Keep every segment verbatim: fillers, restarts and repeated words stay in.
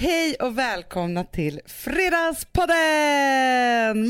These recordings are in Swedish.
Hej och välkomna till Fredagspodden!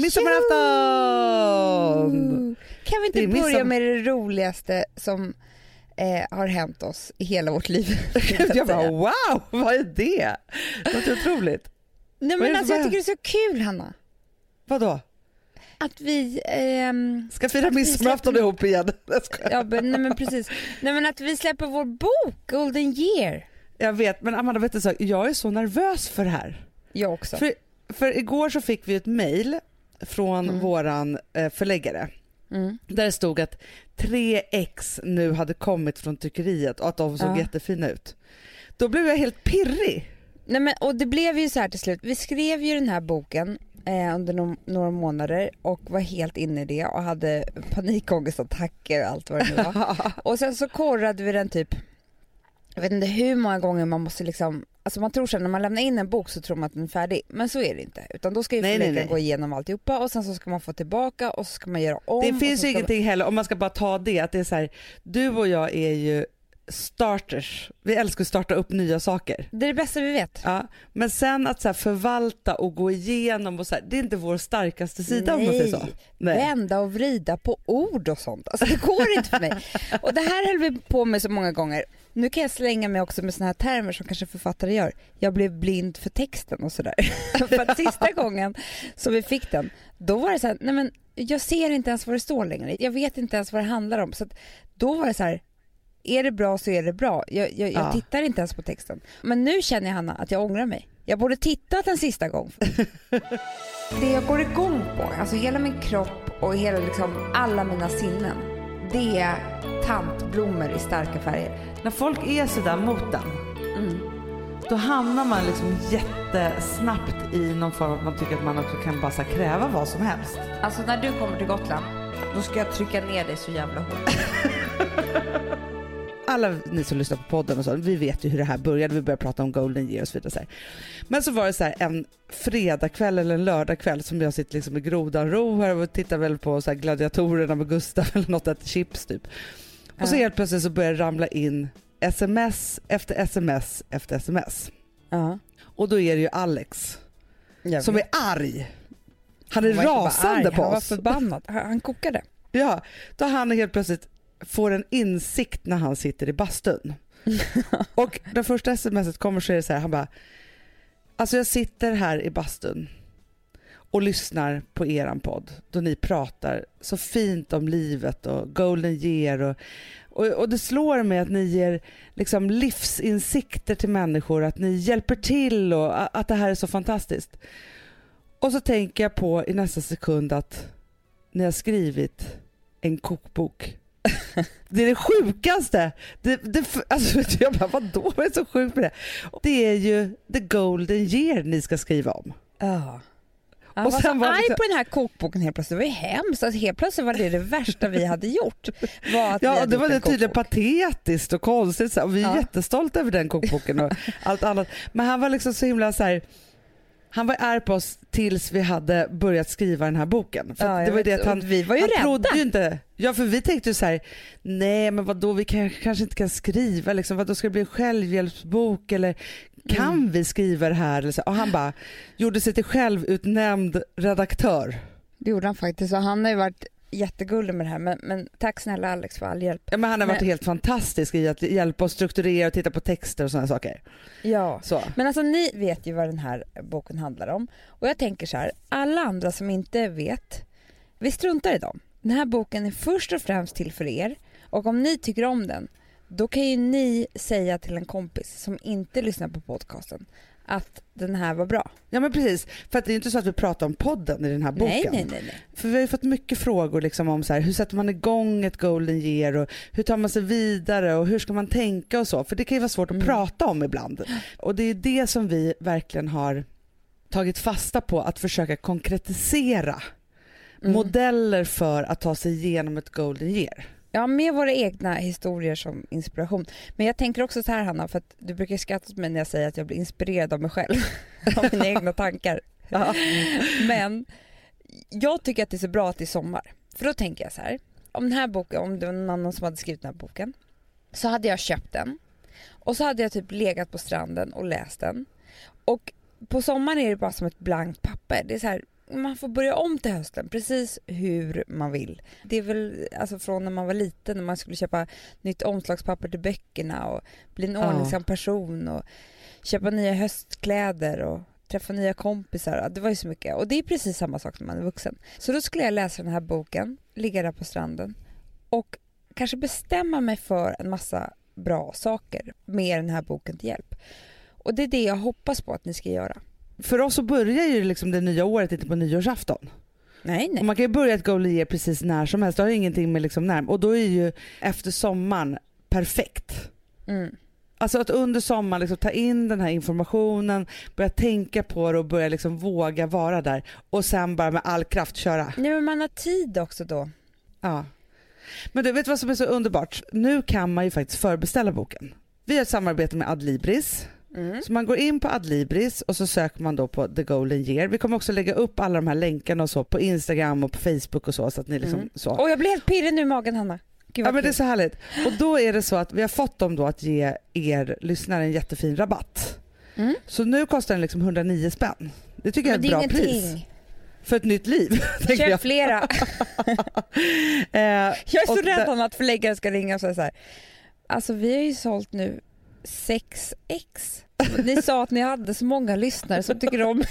Midsommarafton! Kan vi inte Det är börja midsommar- med det roligaste som eh, har hänt oss i hela vårt liv? Jag bara wow, vad är det? Det låter otroligt. Nej, Vad är men det alltså, som jag tycker det är så kul, Hanna. Vadå? Att vi... ehm, Ska fira att vi midsommarafton släpper- ihop igen? Jag skojar. ja, men, nej men precis. Nej, men att vi släpper vår bok, Golden Year. Jag vet, men Amanda, vet du så, jag är så nervös för det här. Jag också. För, för igår så fick vi ett mejl från Mm. våran eh, förläggare. Mm. Där det stod att tre ex nu hade kommit från tryckeriet och att de såg Ja. jättefina ut. Då blev jag helt pirrig. Nej, men, och det blev ju så här till slut. Vi skrev ju den här boken eh, under no- några månader och var helt inne i det och hade panikångestattacker och allt vad det nu var. Och sen så korrade vi den typ, jag vet inte hur många gånger man måste liksom, alltså man tror sen när man lämnar in en bok så tror man att den är färdig, men så är det inte, utan då ska ju Nej, nej, förläggaren nej. gå igenom alltihopa och sen så ska man få tillbaka och så ska man göra om. Det och finns så ju ska ingenting heller, om man ska bara ta det, att det är så här, du och jag är ju starters. Vi älskar att starta upp nya saker. Det är det bästa vi vet. Ja, men sen att så här förvalta och gå igenom och så här, det är inte vår starkaste sida om man säger så. Nej. Vända och vrida på ord och sånt. Alltså det går inte för mig. Och det här höll vi på med så många gånger. Nu kan jag slänga mig också med såna här termer som kanske författare gör. Jag blev blind för texten och sådär. För att sista gången som vi fick den, då var det så här, nej men jag ser inte ens vad det står längre. Jag vet inte ens vad det handlar om. Så att då var det så här, är det bra så är det bra. Jag, jag, jag Ja. tittar inte ens på texten. Men nu känner jag, Hanna, att jag ångrar mig. Jag borde tittat en sista gång. Det jag går igång på, alltså hela min kropp och hela liksom alla mina sinnen, det är tantblommor i starka färger. När folk är så där mot den, Mm. då hamnar man liksom jättesnabbt i någon form att man tycker att man också kan bara så här kräva vad som helst. Alltså när du kommer till Gotland, då ska jag trycka ner dig så jävla hårt. Alla ni som lyssnar på podden och så, vi vet ju hur det här började, vi började prata om Golden Year och så vidare. Så här. Men så var det så här en fredagkväll eller en lördagkväll som jag sitter liksom i Grodanro här och tittar väl på så här gladiatorerna med Gustav eller något, ett chips typ. Och så Ja. helt plötsligt så börjar det ramla in sms efter sms efter sms. Ja. Och då är det ju Alex Jag som vet. är arg. Han är Han var inte bara rasande arg, på han var oss. förbannad. Han han kokade. Ja, då han helt plötsligt får en insikt när han sitter i bastun. Och det första smset kommer så är det så här, han bara, alltså jag sitter här i bastun och lyssnar på eran podd då ni pratar så fint om livet och Golden Year och, och, och det slår mig att ni ger liksom livsinsikter till människor, att ni hjälper till och a- att det här är så fantastiskt. Och så tänker jag på i nästa sekund att ni har skrivit en kokbok. Det är det sjukaste. Det, det, alltså, vet du, jag bara, vadå? Vad är så sjukt med det? Det är ju the golden year ni ska skriva om. Ja. Han Och var sen så var det arg så- på den här kokboken helt plötsligt. Det var ju hemskt. Alltså, helt plötsligt var det det värsta vi hade gjort. Var att vi Ja, hade det var gjort det en tydligen kokbok. patetiskt och konstigt. Så, och vi är Ja. jättestolta över den kokboken och allt annat. Men han var liksom så himla så här. Han var arg på oss tills vi hade börjat skriva den här boken. För Ja, att jag det var ju vet. det att han, Och vi var ju han rädda. trodde ju inte. Ja, för vi tänkte ju så här, nej men vadå, vi kan, kanske inte kan skriva liksom, vad då ska det bli en självhjälpsbok eller kan Mm. vi skriva det här? Eller så. Och han bara gjorde sig till självutnämnd redaktör. Det gjorde han faktiskt. Och han har ju varit jättegullig med det här. Men, men tack snälla Alex för all hjälp. Ja, men han har varit Men- helt fantastisk i att hjälpa oss strukturera och titta på texter och sådana saker. Ja. Så. Men alltså ni vet ju vad den här boken handlar om. Och jag tänker så här, alla andra som inte vet, vi struntar i dem. Den här boken är först och främst till för er. Och om ni tycker om den, då kan ju ni säga till en kompis som inte lyssnar på podcasten att den här var bra. Ja men precis, för att det är inte så att vi pratar om podden i den här boken. Nej, nej, nej, nej. För vi har ju fått mycket frågor liksom om så här, hur sätter man igång ett golden year och hur tar man sig vidare och hur ska man tänka och så. För det kan ju vara svårt att Mm. prata om ibland. Och det är det som vi verkligen har tagit fasta på, att försöka konkretisera Mm. modeller för att ta sig igenom ett golden year. Ja, med våra egna historier som inspiration. Men jag tänker också så här, Hanna, för att du brukar skratta åt mig när jag säger att jag blir inspirerad av mig själv. Av mina egna tankar. Ja. Men jag tycker att det är så bra att det är sommar. För då tänker jag så här, om den här boken, om det var någon annan som hade skrivit den här boken, så hade jag köpt den. Och så hade jag typ legat på stranden och läst den. Och på sommaren är det bara som ett blankt papper. Det är så här, man får börja om till hösten precis hur man vill. Det är väl alltså från när man var liten, när man skulle köpa nytt omslagspapper till böckerna och bli en ordningsam person och köpa nya höstkläder och träffa nya kompisar. Det var ju så mycket. Och det är precis samma sak när man är vuxen. Så då skulle jag läsa den här boken, ligga där på stranden och kanske bestämma mig för en massa bra saker med den här boken till hjälp. Och det är det jag hoppas på att ni ska göra. För oss så börjar ju liksom det nya året inte på nyårsafton. Nej, nej. Och man kan ju börja ett goal year precis när som helst. Det har ju ingenting med liksom när. Och då är ju efter sommaren perfekt. Mm. Alltså att under sommaren liksom ta in den här informationen, börja tänka på det och börja liksom våga vara där. Och sen bara med all kraft köra. Nej, men man har tid också då. Ja. Men du vet vad som är så underbart? Nu kan man ju faktiskt förbeställa boken. Vi har ett samarbete med Adlibris. Mm. Så man går in på Adlibris och så söker man då på The Golden Year. Vi kommer också lägga upp alla de här länkarna och så på Instagram och på Facebook och så, så att ni liksom mm. så. Och jag blir helt pirrig nu i magen, Hanna. Gud, ja, men det är så härligt. Och då är det så att vi har fått dem då att ge er lyssnare en jättefin rabatt. Mm. Så nu kostar den liksom hundranio spänn. Det tycker men jag är ett bra ingenting. Pris. För ett nytt liv. Köp jag. flera. eh, jag är så rädd där... om att förläggaren ska ringa och säga så här. Alltså vi har ju sålt nu sex ex. Ni sa att ni hade så många lyssnare som tycker om.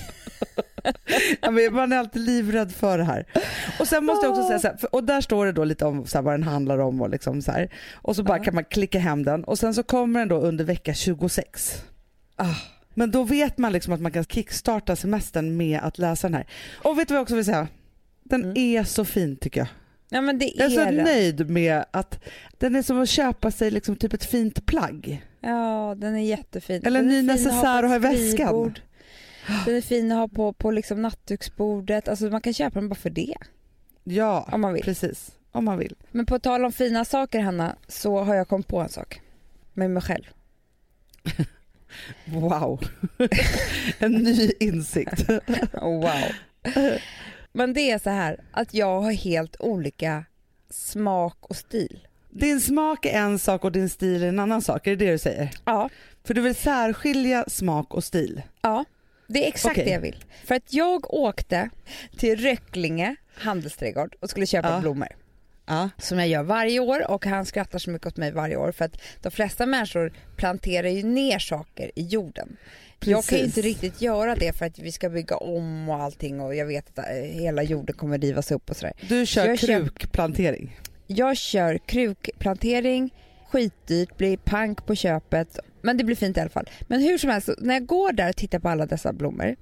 Ja, men man är alltid livrädd för det här. Och sen måste jag också säga så här, och där står det då lite om så här, vad den handlar om och liksom så här. Och så bara uh-huh. kan man klicka hem den och sen så kommer den då under vecka tjugosex. Ah. Men då vet man liksom att man kan kickstarta semestern med att läsa den här. Och vet du vad jag också vill säga? Den mm. är så fin tycker jag. Ja, men det är jag är så det. nöjd med att den är som att köpa sig liksom typ ett fint plagg. Ja, den är jättefin. Eller en ny necessär att ha i väskan. Den är fin att ha på, på liksom nattduksbordet. Alltså man kan köpa den bara för det. Ja, om man vill. Precis. Om man vill. Men på tal om fina saker, Hanna, så har jag kommit på en sak. Med mig själv. Wow. En ny insikt. Wow. Men det är så här att jag har helt olika smak och stil. Din smak är en sak och din stil är en annan sak, är det det du säger? Ja. För du vill särskilja smak och stil? Ja, det är exakt okay. det jag vill. För att jag åkte till Röcklinge handelsträdgård och skulle köpa ja. blommor. Ja. Som jag gör varje år, och han skrattar så mycket åt mig varje år för att de flesta människor planterar ju ner saker i jorden. Precis. Jag kan ju inte riktigt göra det för att vi ska bygga om och allting, och jag vet att hela jorden kommer rivas upp och sådär. Du kör jag krukplantering? Kör, jag kör krukplantering, skitdyrt, blir pank på köpet, men det blir fint i alla fall. Men hur som helst, när jag går där och tittar på alla dessa blommor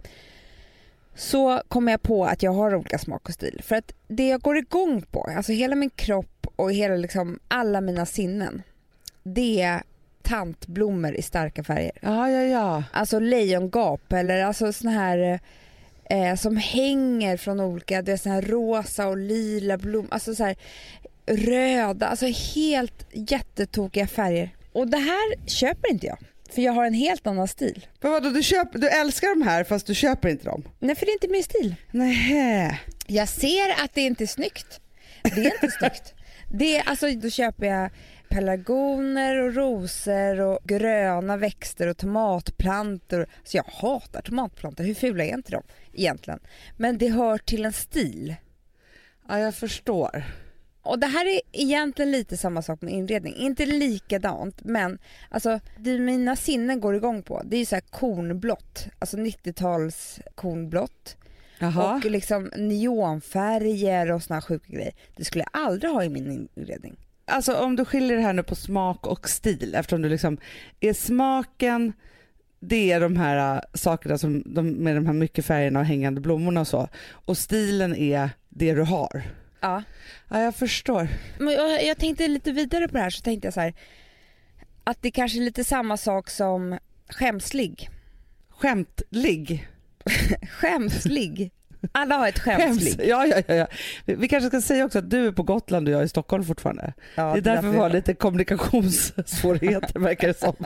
så kommer jag på att jag har olika smak och stil. För att det jag går igång på, alltså hela min kropp och hela liksom alla mina sinnen, det är tantblommor i starka färger. Ja, ja, ja. Alltså lejongap eller alltså såna här eh, som hänger från olika, det är såna här rosa och lila blommor, alltså så här röda, alltså helt jättetokiga färger. Och det här köper inte jag. För jag har en helt annan stil. Men vadå, du, köper, du älskar de här fast du köper inte dem? Nej, för det är inte min stil. Nej. Jag ser att det inte är snyggt. Det är inte snyggt. Det är, alltså, då köper jag pelargoner och rosor och gröna växter och tomatplantor. Så jag hatar tomatplantor. Hur fula är inte de egentligen? Men det hör till en stil. Ja, jag förstår. Och det här är egentligen lite samma sak med inredning. Inte likadant, men alltså, det mina sinnen går igång på, det är ju så här kornblått. Alltså nittio-tals kornblått. Jaha. Och liksom neonfärger och såna här sjuka grejer. Det skulle jag aldrig ha i min inredning. Alltså om du skiljer det här nu på smak och stil, eftersom du liksom är smaken, det är de här uh, sakerna som de, med de här mycket färgerna och hängande blommorna och så. Och stilen är det du har. Ja. Ja, jag förstår. Men jag, jag tänkte lite vidare på det här, så tänkte jag så här, att det kanske är lite samma sak som skämslig. Skämtlig? Skämslig. Alla har ett skämslig. Skäms. Ja, ja, ja. Vi kanske ska säga också att du är på Gotland och jag är i Stockholm fortfarande. Ja, det är därför, därför vi har lite kommunikationssvårigheter, verkar det som.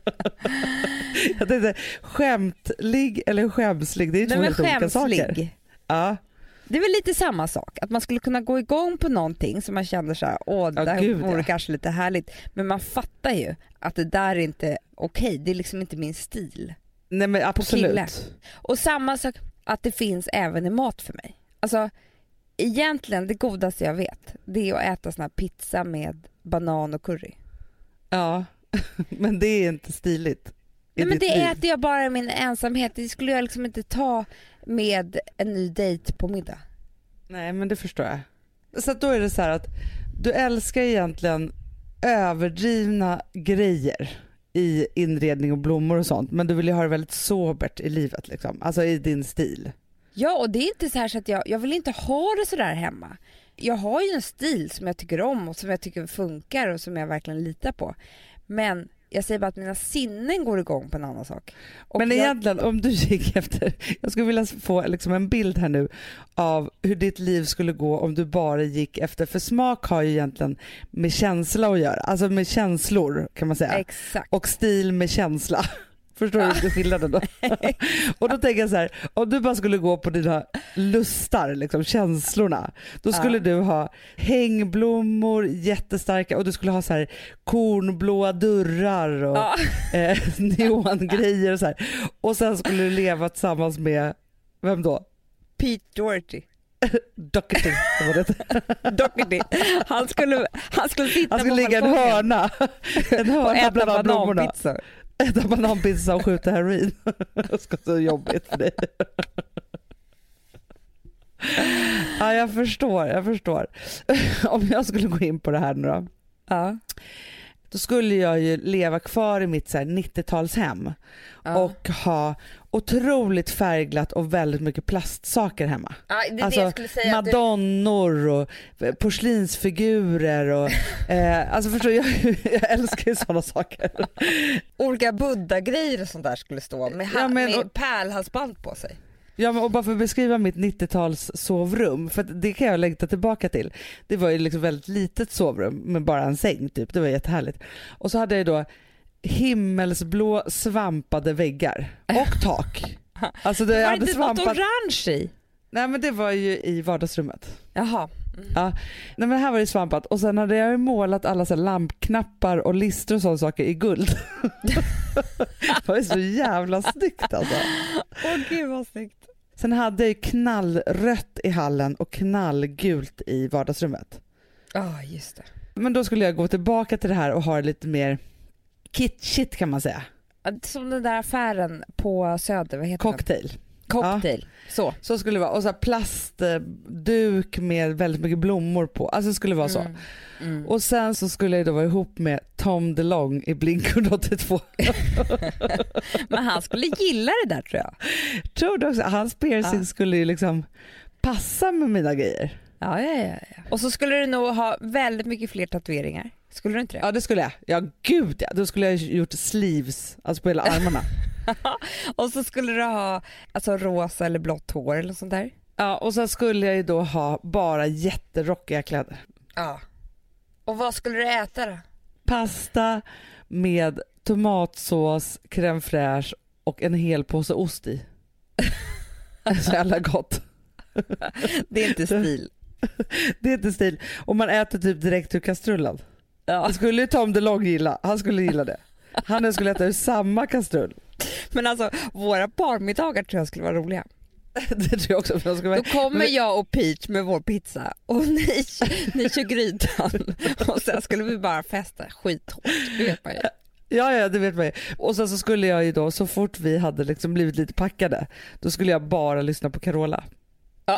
Jag tänkte, skämtlig eller skämslig, det är två helt olika saker. Ja. Det är väl lite samma sak, att man skulle kunna gå igång på någonting som man känner så här, åh, det där oh, vore ja. kanske lite härligt, men man fattar ju att det där är inte okej, det är liksom inte min stil. Nej men absolut. Kille. Och samma sak att det finns även i mat för mig. Alltså egentligen det godaste jag vet, det är att äta sån här pizza med banan och curry. Ja, men det är inte stiligt. Nej, men det liv. Äter jag bara i min ensamhet. Det skulle jag liksom inte ta med en ny dejt på middag. Nej, men det förstår jag. Så att då är det så här att du älskar egentligen överdrivna grejer i inredning och blommor och sånt, men du vill ju ha det väldigt sobert i livet liksom. Alltså i din stil. Ja, och det är inte så här så att jag, jag vill inte ha det så där hemma. Jag har ju en stil som jag tycker om och som jag tycker funkar och som jag verkligen litar på. Men jag säger bara att mina sinnen går igång på en annan sak. Och men jag... egentligen om du gick efter, jag skulle vilja få liksom en bild här nu av hur ditt liv skulle gå om du bara gick efter, för smak har ju egentligen med känsla att göra, alltså med känslor kan man säga. Exakt. Och stil med känsla. Förstår du inte skillnaden då? Och då tänker jag så här, om du bara skulle gå på dina lustar, liksom känslorna, då skulle ja. du ha hängblommor jättestarka och du skulle ha så här kornblåa dörrar och ja. eh, neongrejer och så här. Och sen skulle du leva tillsammans med, vem då? Pete Doherty. Doherty, vad det Doherty. Han skulle, han skulle sitta han skulle på ligga en hörna. En hörna och äta bland blommorna. Äta bananpizza och skjuta heroin. Det ska så jobbigt för dig. Ja, jag förstår, jag förstår. Om jag skulle gå in på det här nu då. Ja. Då skulle jag ju leva kvar i mitt så här nittiotalshem ja. och ha otroligt färgglatt och väldigt mycket plastsaker hemma. Ja, det är alltså det jag skulle säga madonnor och porslinsfigurer och eh, alltså förstår jag, jag älskar ju sådana saker. Olika buddha-grejer och sånt där skulle stå med, ja, men, med och, pärlhalsband på sig. Ja, men och bara för att beskriva mitt nittiotals sovrum, för det kan jag längta tillbaka till. Det var ju liksom väldigt litet sovrum med bara en säng typ, det var jättehärligt. Och så hade jag då himmelsblå svampade väggar och tak. Alltså det var hade inte svampat... något orange i? Nej, men det var ju i vardagsrummet. Jaha. Mm. Ja. Nej, men här var det svampat och sen hade jag ju målat alla så här lampknappar och lister och sådana saker i guld. Det var ju så jävla snyggt alltså. Åh gud vad snyggt. Sen hade jag ju knallrött i hallen och knallgult i vardagsrummet. Ja, ah, just det. Men då skulle jag gå tillbaka till det här och ha det lite mer kitschigt kan man säga. Som den där affären på Söder, vad heter Cocktail. Den? Cocktail, ja. så. Så skulle det vara. Och så här plastduk med väldigt mycket blommor på. Alltså det skulle vara så. Mm. Mm. Och sen så skulle jag då vara ihop med Tom DeLonge i Blink ett åtta två. Men han skulle gilla det där tror jag. Tror du också? Hans piercing ja. skulle ju liksom passa med mina grejer. Ja, ja, ja, ja. Och så skulle du nog ha väldigt mycket fler tatueringar. Skulle du inte det? Ja, det skulle jag. Ja, gud ja. Då skulle jag gjort sleeves, alltså på hela armarna. Och så skulle du ha alltså rosa eller blått hår eller sånt där. Ja, och så skulle jag ju då ha bara jätterockiga kläder. Ja. Och vad skulle du äta då? Pasta med tomatsås, crème fraîche och en hel påse ost i. Så jävla gott. Det är inte stil. Det är inte stil. Och man äter typ direkt ur kastrullen. Ja. Det skulle ju Tom DeLonge gilla. Han skulle gilla det. Han skulle äta ur samma kastrull. Men alltså, våra parmiddagar tror jag skulle vara roliga. Det tror jag också. För vara... Då kommer men... jag och Peach med vår pizza och ni, ni kör grytan. Och sen skulle vi bara festa skithårt. Det vet man ju. Ja, ja, det vet man ju. Och sen så skulle jag ju då, så fort vi hade liksom blivit lite packade, då skulle jag bara lyssna på Carola. Ja.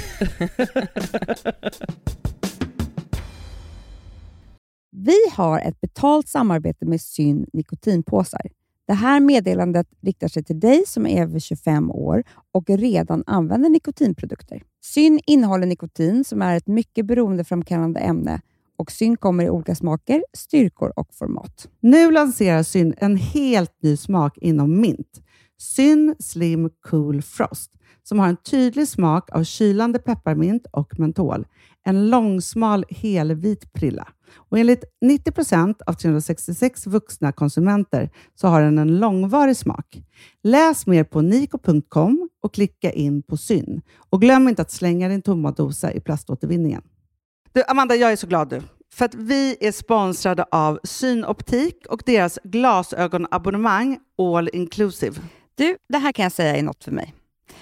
Vi har ett betalt samarbete med Syn nikotinpåsar. Det här meddelandet riktar sig till dig som är över tjugofem år och redan använder nikotinprodukter. Syn innehåller nikotin som är ett mycket beroendeframkallande ämne och Syn kommer i olika smaker, styrkor och format. Nu lanserar Syn en helt ny smak inom mint. Syn Slim Cool Frost som har en tydlig smak av kylande pepparmint och mentol. En långsmal helvit prilla. Och enligt nittio procent av trehundrasextiosex vuxna konsumenter så har den en långvarig smak. Läs mer på niko punkt com och klicka in på Syn. Och glöm inte att slänga din tomma dosa i plaståtervinningen. Du, Amanda, jag är så glad du. För att vi är sponsrade av Synoptik och deras glasögonabonnemang All Inclusive. Du, det här kan jag säga är något för mig.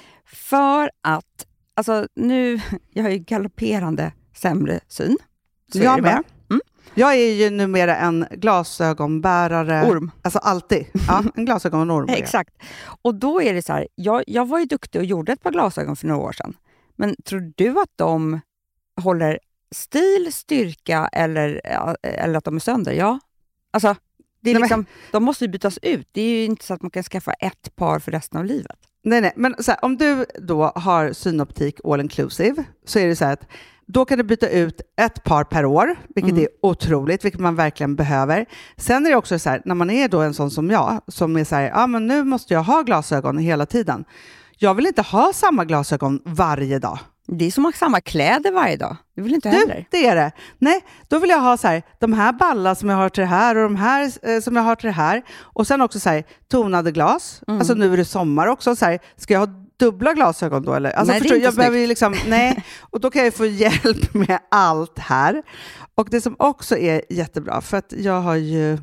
För att, alltså nu, jag har ju galopperande sämre syn. Så jag är med. Mm. Jag är ju numera en glasögonbärare. Orm. Alltså alltid. Ja, en glasögonorm. Exakt. Och då är det så här, jag, jag var ju duktig och gjorde ett par glasögon för några år sedan. Men tror du att de håller stil, styrka eller, eller att de är sönder? Ja. Alltså, det är nej, liksom, men... de måste ju bytas ut. Det är ju inte så att man kan skaffa ett par för resten av livet. Nej, nej. Men så här, om du då har synoptik all inclusive så är det så här att då kan du byta ut ett par per år, vilket mm. är otroligt, vilket man verkligen behöver. Sen är det också så här, när man är då en sån som jag, som är så här, ja men nu måste jag ha glasögon hela tiden. Jag vill inte ha samma glasögon varje dag. Det är som att ha samma kläder varje dag. Det vill inte du, heller. Det är det. Nej, då vill jag ha så här, de här ballar som jag har till det här och de här eh, som jag har till det här. Och sen också så här, tonade glas. Mm. Alltså nu är det sommar också. Så här, ska jag ha dubbla glasögon då? Eller? Alltså, nej, förstår, det är jag inte behöver ju liksom, nej. Och då kan jag få hjälp med allt här. Och det som också är jättebra, för att jag har ju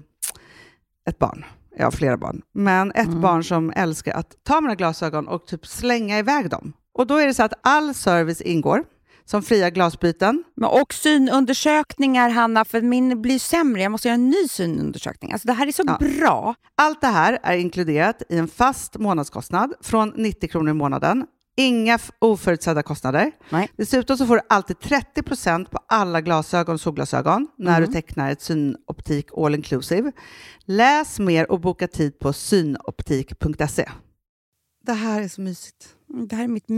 ett barn. Jag har flera barn. Men ett mm. barn som älskar att ta mina glasögon och typ slänga iväg dem. Och då är det så att all service ingår. Som fria glasbyten. Men och synundersökningar, Hanna, för min blir sämre. Jag måste göra en ny synundersökning. Alltså det här är så ja. bra. Allt det här är inkluderat i en fast månadskostnad från nittio kronor i månaden. Inga oförutsedda kostnader. Nej. Dessutom så får du alltid trettio procent på alla glasögon och solglasögon när mm. du tecknar ett synoptik all inclusive. Läs mer och boka tid på synoptik punkt se. Det här är så mysigt. Det här är mitt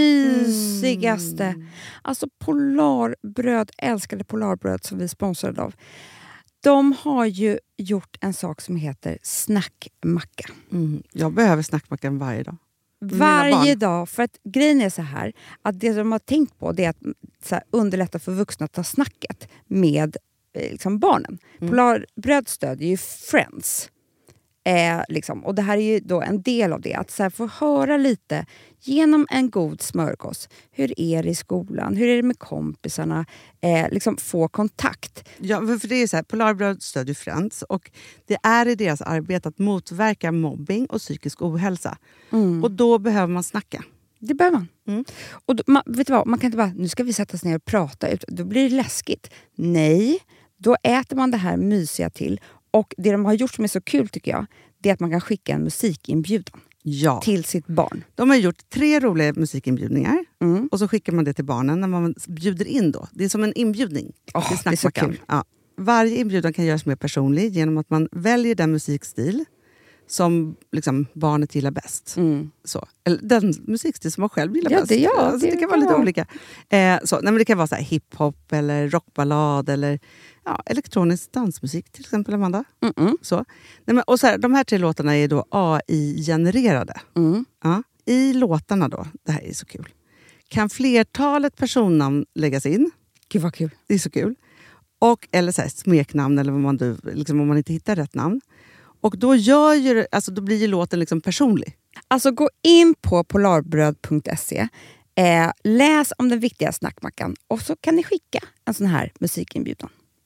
mysigaste. Mm. Alltså Polarbröd, älskade Polarbröd som vi sponsrade av. De har ju gjort en sak som heter snackmacka. Mm. Jag behöver snackmackan varje dag. Varje dag. För att grejen är så här. Att det de har tänkt på det är att så här, underlätta för vuxna att ta snacket med eh, liksom barnen. Mm. Polarbröd stödjer ju Friends. Eh, liksom. Och det här är ju då en del av det. Att så här, få höra lite genom en god smörgås. Hur är det i skolan? Hur är det med kompisarna? Eh, liksom få kontakt. Ja, för det är så här, Polarbröd stödjer Friends. Och det är i deras arbete att motverka mobbing och psykisk ohälsa. Mm. Och då behöver man snacka. Det behöver man. Mm. Och då, man, vet du vad? Man kan inte bara, nu ska vi sätta oss ner och prata. Ut. Då blir det läskigt. Nej, då äter man det här mysiga till. Och det de har gjort som är så kul tycker jag, det är att man kan skicka en musikinbjudan ja. till sitt barn. De har gjort tre roliga musikinbjudningar mm. och så skickar man det till barnen när man bjuder in då. Det är som en inbjudning. Oh, det är så kul. Ja. Varje inbjudan kan göras mer personlig genom att man väljer den musikstil som liksom barnet gillar bäst. Mm. Så. Eller den musikstil som man själv gillar ja, bäst. Det, ja, alltså, det, det kan vara lite olika. Eh, så. Nej, men det kan vara så här hiphop eller rockballad eller ja, elektronisk dansmusik till exempel, Amanda. Mm-mm. Så. Nej, men, och så här, de här tre låtarna är då A I-genererade. Mm. Ja. I låtarna då, det här är så kul, kan flertalet personnamn läggas in. Gud vad kul. Det är så kul. Och, eller så här, smeknamn eller vad man, du, liksom, om man inte hittar rätt namn. Och då, gör ju, alltså, då blir ju låten liksom personlig. Alltså gå in på polarbröd punkt se. Eh, läs om den viktiga snackmackan. Och så kan ni skicka en sån här musikinbjudan.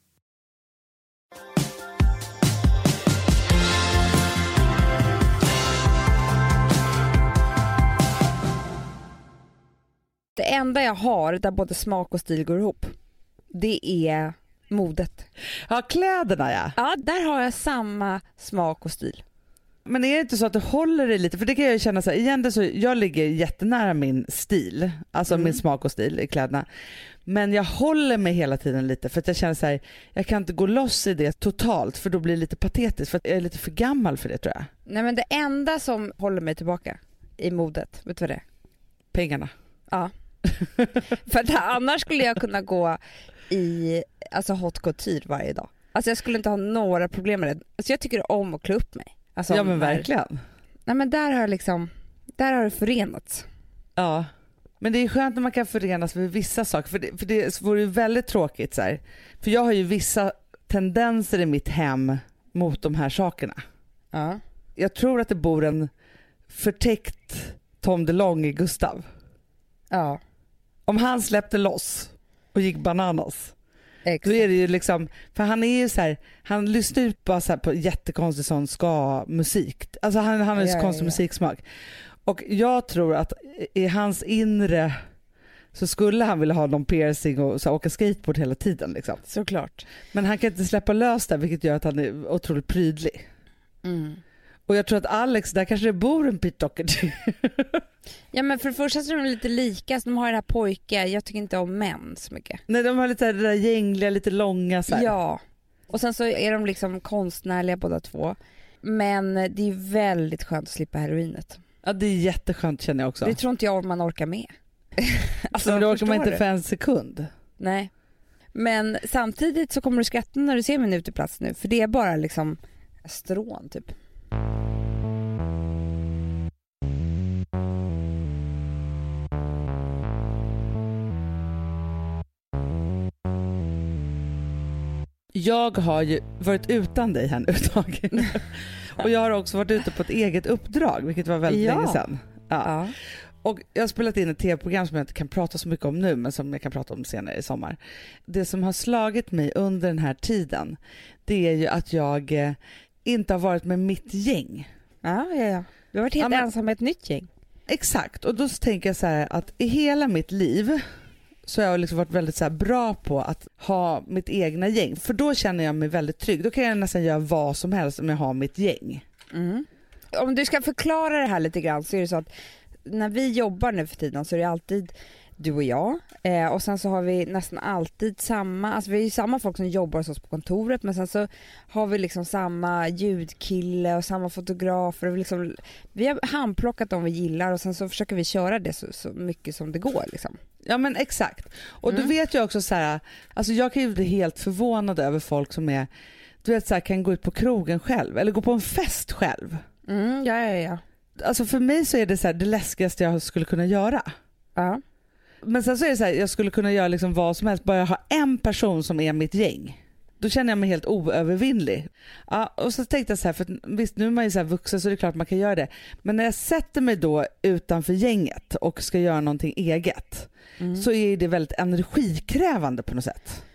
Det enda jag har där både smak och stil går ihop, det är modet. Ja, kläderna ja. Ja, där har jag samma smak och stil. Men är det inte så att du håller dig lite? För det kan jag känna så här, igen det så jag ligger jättenära min stil, alltså mm. min smak och stil i kläderna. Men jag håller mig hela tiden lite för att jag känner så här, jag kan inte gå loss i det totalt för då blir det lite patetiskt för att jag är lite för gammal för det tror jag. Nej, men det enda som håller mig tillbaka i modet, vet du vad det är? Pengarna. Ja. För att annars skulle jag kunna gå i alltså hot couture varje dag. Alltså jag skulle inte ha några problem med det. Alltså jag tycker om att klä upp mig. Alltså ja men verkligen. Nej men där har jag liksom, där har det förenats. Ja. Men det är skönt när man kan förenas med vissa saker. För det, för det vore ju väldigt tråkigt så här. För jag har ju vissa tendenser i mitt hem mot de här sakerna. Ja. Jag tror att det bor en förtäckt Tom DeLonge i Gustav. Ja. Om han släppte loss och gick bananas, Exakt. Då är det ju liksom, för han är ju så här, han lyssnar ju bara så här på jättekonstig sån ska-musik. Alltså han, han har ju så Ja, konstig ja, ja. musiksmak. Och jag tror att i hans inre så skulle han vilja ha någon piercing och så här, åka skateboard hela tiden liksom. Såklart. Men han kan inte släppa lös det, vilket gör att han är otroligt prydlig. Mm. Och jag tror att Alex, där kanske det bor en Pete Doherty. Ja, men för det första så är de lite lika, så de har det här pojkar. Jag tycker inte om män så mycket. Nej, de har lite det där gängliga, lite långa så här. Ja, och sen så är de liksom konstnärliga båda två. Men det är väldigt skönt att slippa heroinet. Ja, det är jätteskönt känner jag också. Det tror inte jag man orkar med. Alltså, men då orkar man inte du? för en sekund. Nej. Men samtidigt så kommer du skratta när du ser min uteplats nu. För det är bara liksom strån typ. Jag har ju varit utan dig här nu ett tag. Och jag har också varit ute på ett eget uppdrag, vilket var väldigt Ja. länge sedan. Ja. Ja. Och jag har spelat in ett tv-program som jag inte kan prata så mycket om nu, men som jag kan prata om senare i sommar. Det som har slagit mig under den här tiden, det är ju att jag eh, inte har varit med mitt gäng. Ja, ja, ja. Du har varit helt Ja, men- ensam med ett nytt gäng. Exakt, och då tänker jag så här att i hela mitt liv så har jag liksom varit väldigt så här bra på att ha mitt egna gäng. För då känner jag mig väldigt trygg. Då kan jag nästan göra vad som helst om jag har mitt gäng. Mm. Om du ska förklara det här lite grann, så är det så att när vi jobbar nu för tiden så är det alltid du och jag, eh, och sen så har vi nästan alltid samma, alltså vi är ju samma folk som jobbar hos oss på kontoret, men sen så har vi liksom samma ljudkille och samma fotografer och vi, liksom, vi har handplockat dem vi gillar och sen så försöker vi köra det så, så mycket som det går liksom. Ja men exakt. Och Mm. du vet ju också så här, alltså jag kan ju bli helt förvånad över folk som är, du vet så här, kan gå ut på krogen själv eller gå på en fest själv. Mm, ja, ja, ja. Alltså för mig så är det så här, det läskigaste jag skulle kunna göra. Ja. Men sen så är det så här, jag skulle kunna göra liksom vad som helst, bara jag har en person som är mitt gäng. Då känner jag mig helt oövervinnlig. Ja, och så tänkte jag så här, för visst nu är man ju så här vuxen så det är klart man kan göra det. Men när jag sätter mig då utanför gänget och ska göra någonting eget, Mm. så är det väldigt energikrävande på något sätt.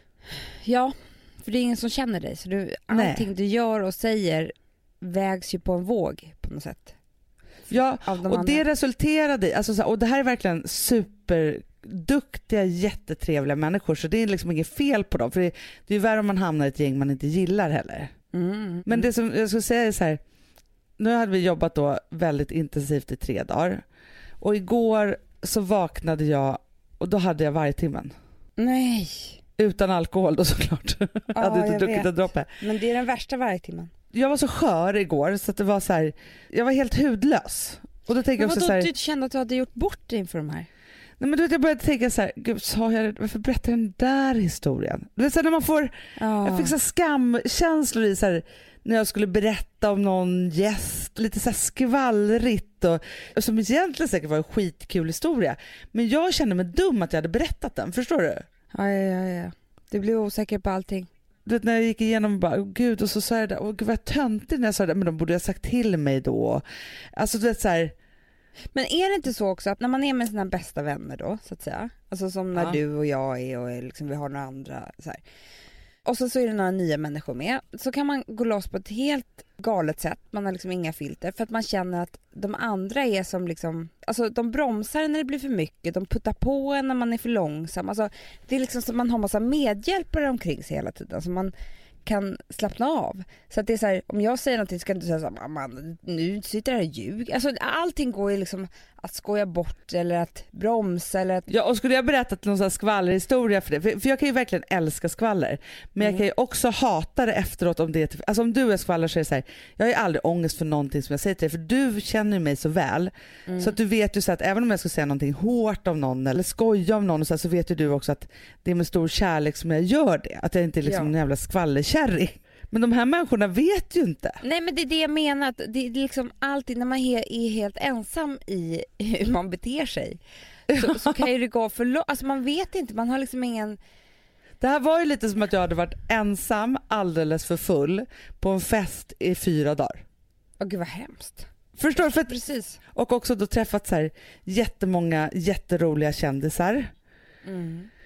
Ja, för det är ingen som känner dig, så du, Nej. allting du gör och säger vägs ju på en våg på något sätt. Ja, Av de och andra. det resulterade i, alltså så här, och det här är verkligen superduktiga, jättetrevliga människor, så det är liksom inget fel på dem, för det, det är ju värre om man hamnar i ett gäng man inte gillar heller. Mm. Men det som jag skulle säga är så här, nu hade vi jobbat då väldigt intensivt i tre dagar och igår så vaknade jag och då hade jag varje timmen. Nej. Utan alkohol då såklart. jag hade inte jag druckit vet. en droppe. Men det är den värsta varje timmen. Jag var så skör igår så att det var så här, jag var helt hudlös. Och då tänker jag Men också vadå, så här, du kände att du hade gjort bort dig inför de här? nej men du vet, jag började tänka så här, gud sa jag, varför berättar jag den där historien? Du vet så här, när man får, Ja. jag fick så här skamkänslor i så här, när jag skulle berätta om någon gäst, lite så här skvallrigt och, och som egentligen säkert var en skitkul historia. Men jag kände mig dum att jag hade berättat den, förstår du? Ja, ja, ja, ja. Du blev osäker på allting. Du vet, när jag gick igenom bara, oh, gud, och så sa jag det, åh gud vad töntigt när jag sa det, men de borde ha sagt till mig då. Alltså du vet så här, Men är det inte så också att när man är med sina bästa vänner då, så att säga, alltså som när Ja. du och jag är och är liksom, vi har några andra så här, och så, så är det några nya människor med, så kan man gå loss på ett helt galet sätt, man har liksom inga filter, för att man känner att de andra är som liksom, alltså de bromsar när det blir för mycket, de puttar på en när man är för långsam, alltså det är liksom som man har massa medhjälpare omkring sig hela tiden som man kan slappna av. Så att det är så här, om jag säger någonting ska du inte säga så här, man, nu sitter jag här och ljuger. Alltså allting går ju liksom att skoja bort eller att bromsa eller att... ja, och skulle jag berättat någon sån här skvallerhistoria för det, för, för jag kan ju verkligen älska skvaller, men jag Mm. kan ju också hata det efteråt om det, alltså om du är skvaller så är det så här, jag har ju aldrig ångest för någonting som jag säger till dig, för du känner ju mig så väl, Mm. så att du vet ju så att även om jag ska säga någonting hårt om någon eller skoja om någon och så, här, så vet ju du också att det är med stor kärlek som jag gör det, att jag inte är liksom Ja. en jävla skvallerkärring. Men de här människorna vet ju inte. Nej, men det är det jag menar, att det är liksom alltid när man he- är helt ensam i hur man beter sig, så, så kan ju det gå för långt. Alltså man vet inte, man har liksom ingen... Det här var ju lite som att jag hade varit ensam, alldeles för full på en fest i fyra dagar. Åh gud vad hemskt. Förstår du? För att, Precis. och också då träffat så här jättemånga jätteroliga kändisar Mm.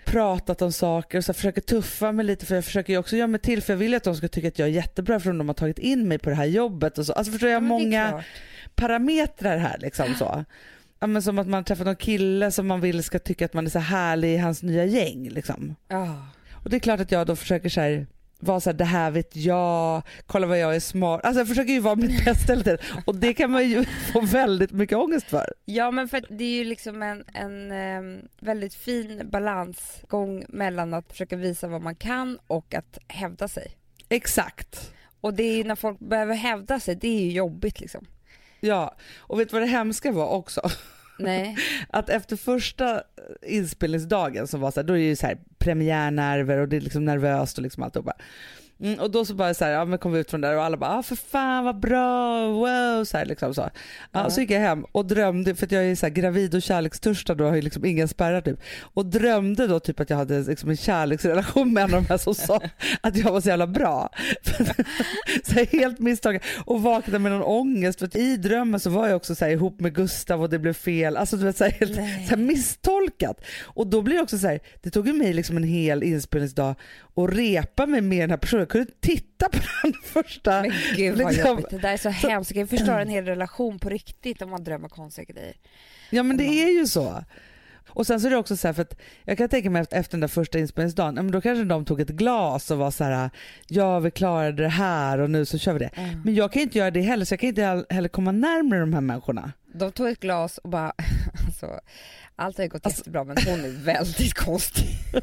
pratat om saker och så försöker tuffa mig lite, för jag försöker ju också göra mig till, för jag vill att de ska tycka att jag är jättebra för att de har tagit in mig på det här jobbet och så. Alltså förstår jag, Ja, många parametrar här liksom så. Ja, men som att man träffar någon kille som man vill ska tycka att man är så härlig i hans nya gäng liksom. Oh. Och det är klart att jag då försöker så här, vara så här, det här vet jag, kolla vad jag är smart. Alltså jag försöker ju vara mitt bästa hela tiden. Och det kan man ju få väldigt mycket ångest för. Ja, men för det är ju liksom en, en um, väldigt fin balansgång mellan att försöka visa vad man kan och att hävda sig. Exakt. Och det är ju när folk behöver hävda sig, det är ju jobbigt liksom. Ja, och vet du vad det hemska var också? Nej. Att efter första inspelningsdagen som var så här, då är det ju så här premiärnerver och det är liksom nervöst och liksom alltihopa. Mm, och då så bara så här, ja men kom vi ut från där och alla bara, ah, för fan vad bra, wow, så här liksom så. Ja, uh-huh. Så gick jag hem och drömde, för att jag är så här gravid och kärlekstörstad, då har ju liksom ingen spärrar typ. Och drömde då typ att jag hade liksom en kärleksrelation med en av de här som sa att jag var så jävla bra. Så här, helt misstag. Och vaknade med någon ångest, för att i drömmen så var jag också så här ihop med Gustav och det blev fel. Alltså du vet så här, helt så här misstolkat. Och då blir det också så här, det tog ju mig liksom en hel inspelningsdag och repa mig med den här personen. Jag kunde titta på den första. Men gud vad liksom, jobbigt. Det där är så, så hemskt. Jag kan förstå en hel relation på riktigt om man drömmer konstiga grejer. Ja men det är ju så. Och sen så är det också så här, för att jag kan tänka mig efter den där första inspelningsdagen, men då kanske de tog ett glas och var så här, ja vi klarade det här och nu så kör vi det. Mm. Men jag kan inte göra det heller, så jag kan inte heller komma närmare de här människorna. De tog ett glas och bara, alltså, allt har ju gått alltså, jättebra, men hon är väldigt konstig.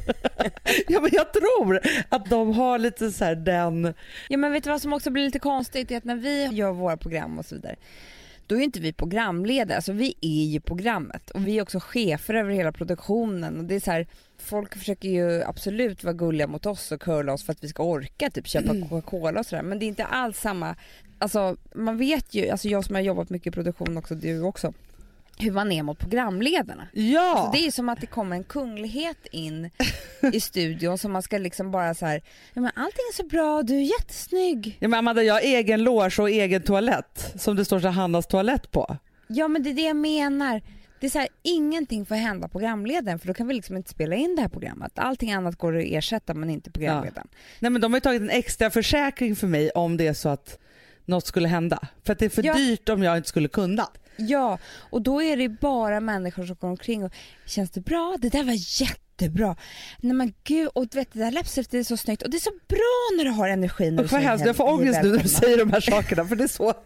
Ja men jag tror att de har lite så här den... Ja men vet du vad som också blir lite konstigt är att när vi gör våra program och så vidare, då är inte vi programledare, alltså vi är ju programmet och vi är också chefer över hela produktionen och det är så här, folk försöker ju absolut vara gulliga mot oss och curla oss för att vi ska orka typ köpa Coca-Cola och sådär, men det är inte alls samma, alltså man vet ju, alltså jag som har jobbat mycket i produktion också, du också, hur man är mot programledarna. Ja. Alltså det är ju som att det kommer en kunglighet in i studion som man ska liksom bara så här, ja men allting är så bra, du är jättesnygg. Ja men Amanda, jag har egen loge och egen toalett som det står så Hannas toalett på. Ja men det är det jag menar. Det är så här, ingenting får hända programledaren, för då kan vi liksom inte spela in det här programmet. Allting annat går att ersätta men inte programledaren. Ja. Nej men de har ju tagit en extra försäkring för mig om det är så att något skulle hända. För att det är för ja. dyrt om jag inte skulle kunna. Ja, och då är det bara människor som går omkring och känns det bra? Det där var jättebra. Nej men gud, och vet det där läppstiftet är så snyggt och det är så bra när du har energi när du säger hemskt, jag får ångest nu när du säger de här sakerna, för det är så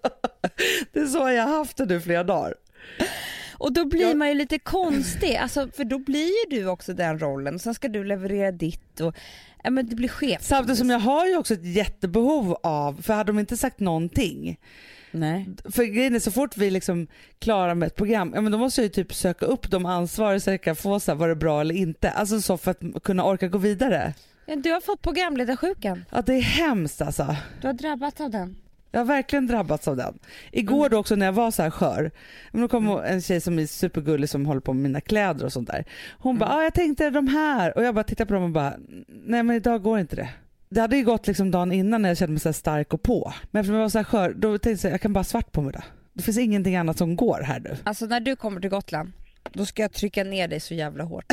det är så jag har haft det nu flera dagar. Och då blir man ju lite konstig, alltså, för då blir ju du också den rollen och sen ska du leverera ditt och ja, men det blir skevt. Samtidigt som jag har ju också ett jättebehov av, för hade de inte sagt någonting. Nej. För grejen är, så fort vi liksom klarar med ett program, ja men då måste jag ju typ söka upp de ansvariga så jag kan få så här, var det bra eller inte. Alltså så för att kunna orka gå vidare. Ja, du har fått programledarsjukan. Ja det är hemskt alltså. Du har drabbats av den. Jag har verkligen drabbats av den. Igår mm. då också när jag var så här skör, men då kom en tjej som är supergullig som håller på med mina kläder och sånt där. Hon mm. bara, ah, jag tänkte de här. Och jag bara tittade på dem och bara, nej men idag går inte det. Det hade ju gått liksom dagen innan när jag kände mig så här stark och på. Men eftersom jag var så här skör, då tänkte jag, jag kan bara svart på mig då. Det finns ingenting annat som går här nu. Alltså när du kommer till Gotland, då ska jag trycka ner dig så jävla hårt.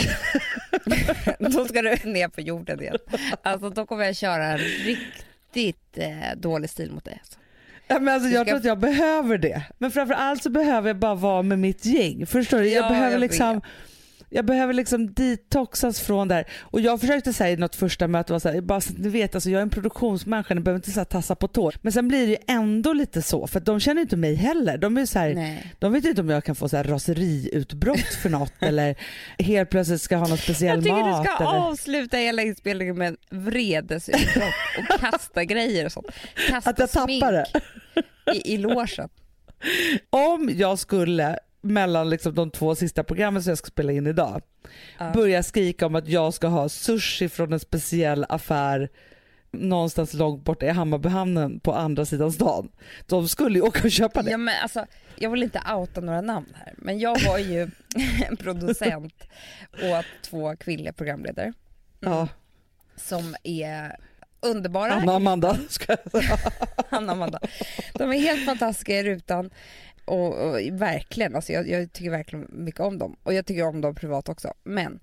Då ska du ner på jorden igen. Alltså då kommer jag köra en riktigt eh, dålig stil mot dig. Alltså. Ja, men alltså, jag ska... tror att jag behöver det. Men framförallt så behöver jag bara vara med mitt gäng. Förstår du? Jag ja, behöver jag liksom... Jag behöver liksom detoxas från där. Och jag försökte säga i något första möte, var så här, bara så att ni vet, alltså jag är en produktionsmänniska, ni behöver inte så här tassa på tår. Men sen blir det ju ändå lite så, för att de känner inte mig heller. De är så här, Nej. de vet inte om jag kan få så här raseriutbrott för något eller helt plötsligt ska ha någon speciell mat. Jag tycker mat, du ska eller... avsluta hela inspelningen med en vredesutbrott och kasta grejer och sånt. Kasta att jag tappar det i, i logen. Om jag skulle mellan liksom de två sista programmen som jag ska spela in idag uh. börja skrika om att jag ska ha sushi från en speciell affär någonstans långt bort i Hammarbyhamnen på andra sidan stan. De skulle ju åka och köpa det. Ja, men alltså, jag vill inte outa några namn här, men jag var ju en producent åt två kvinnliga programledare mm. ja. som är underbara. Anna Amanda. Anna Amanda. De är helt fantastiska i rutan. Och, och verkligen, alltså jag, jag tycker verkligen mycket om dem. Och jag tycker om dem privat också. Men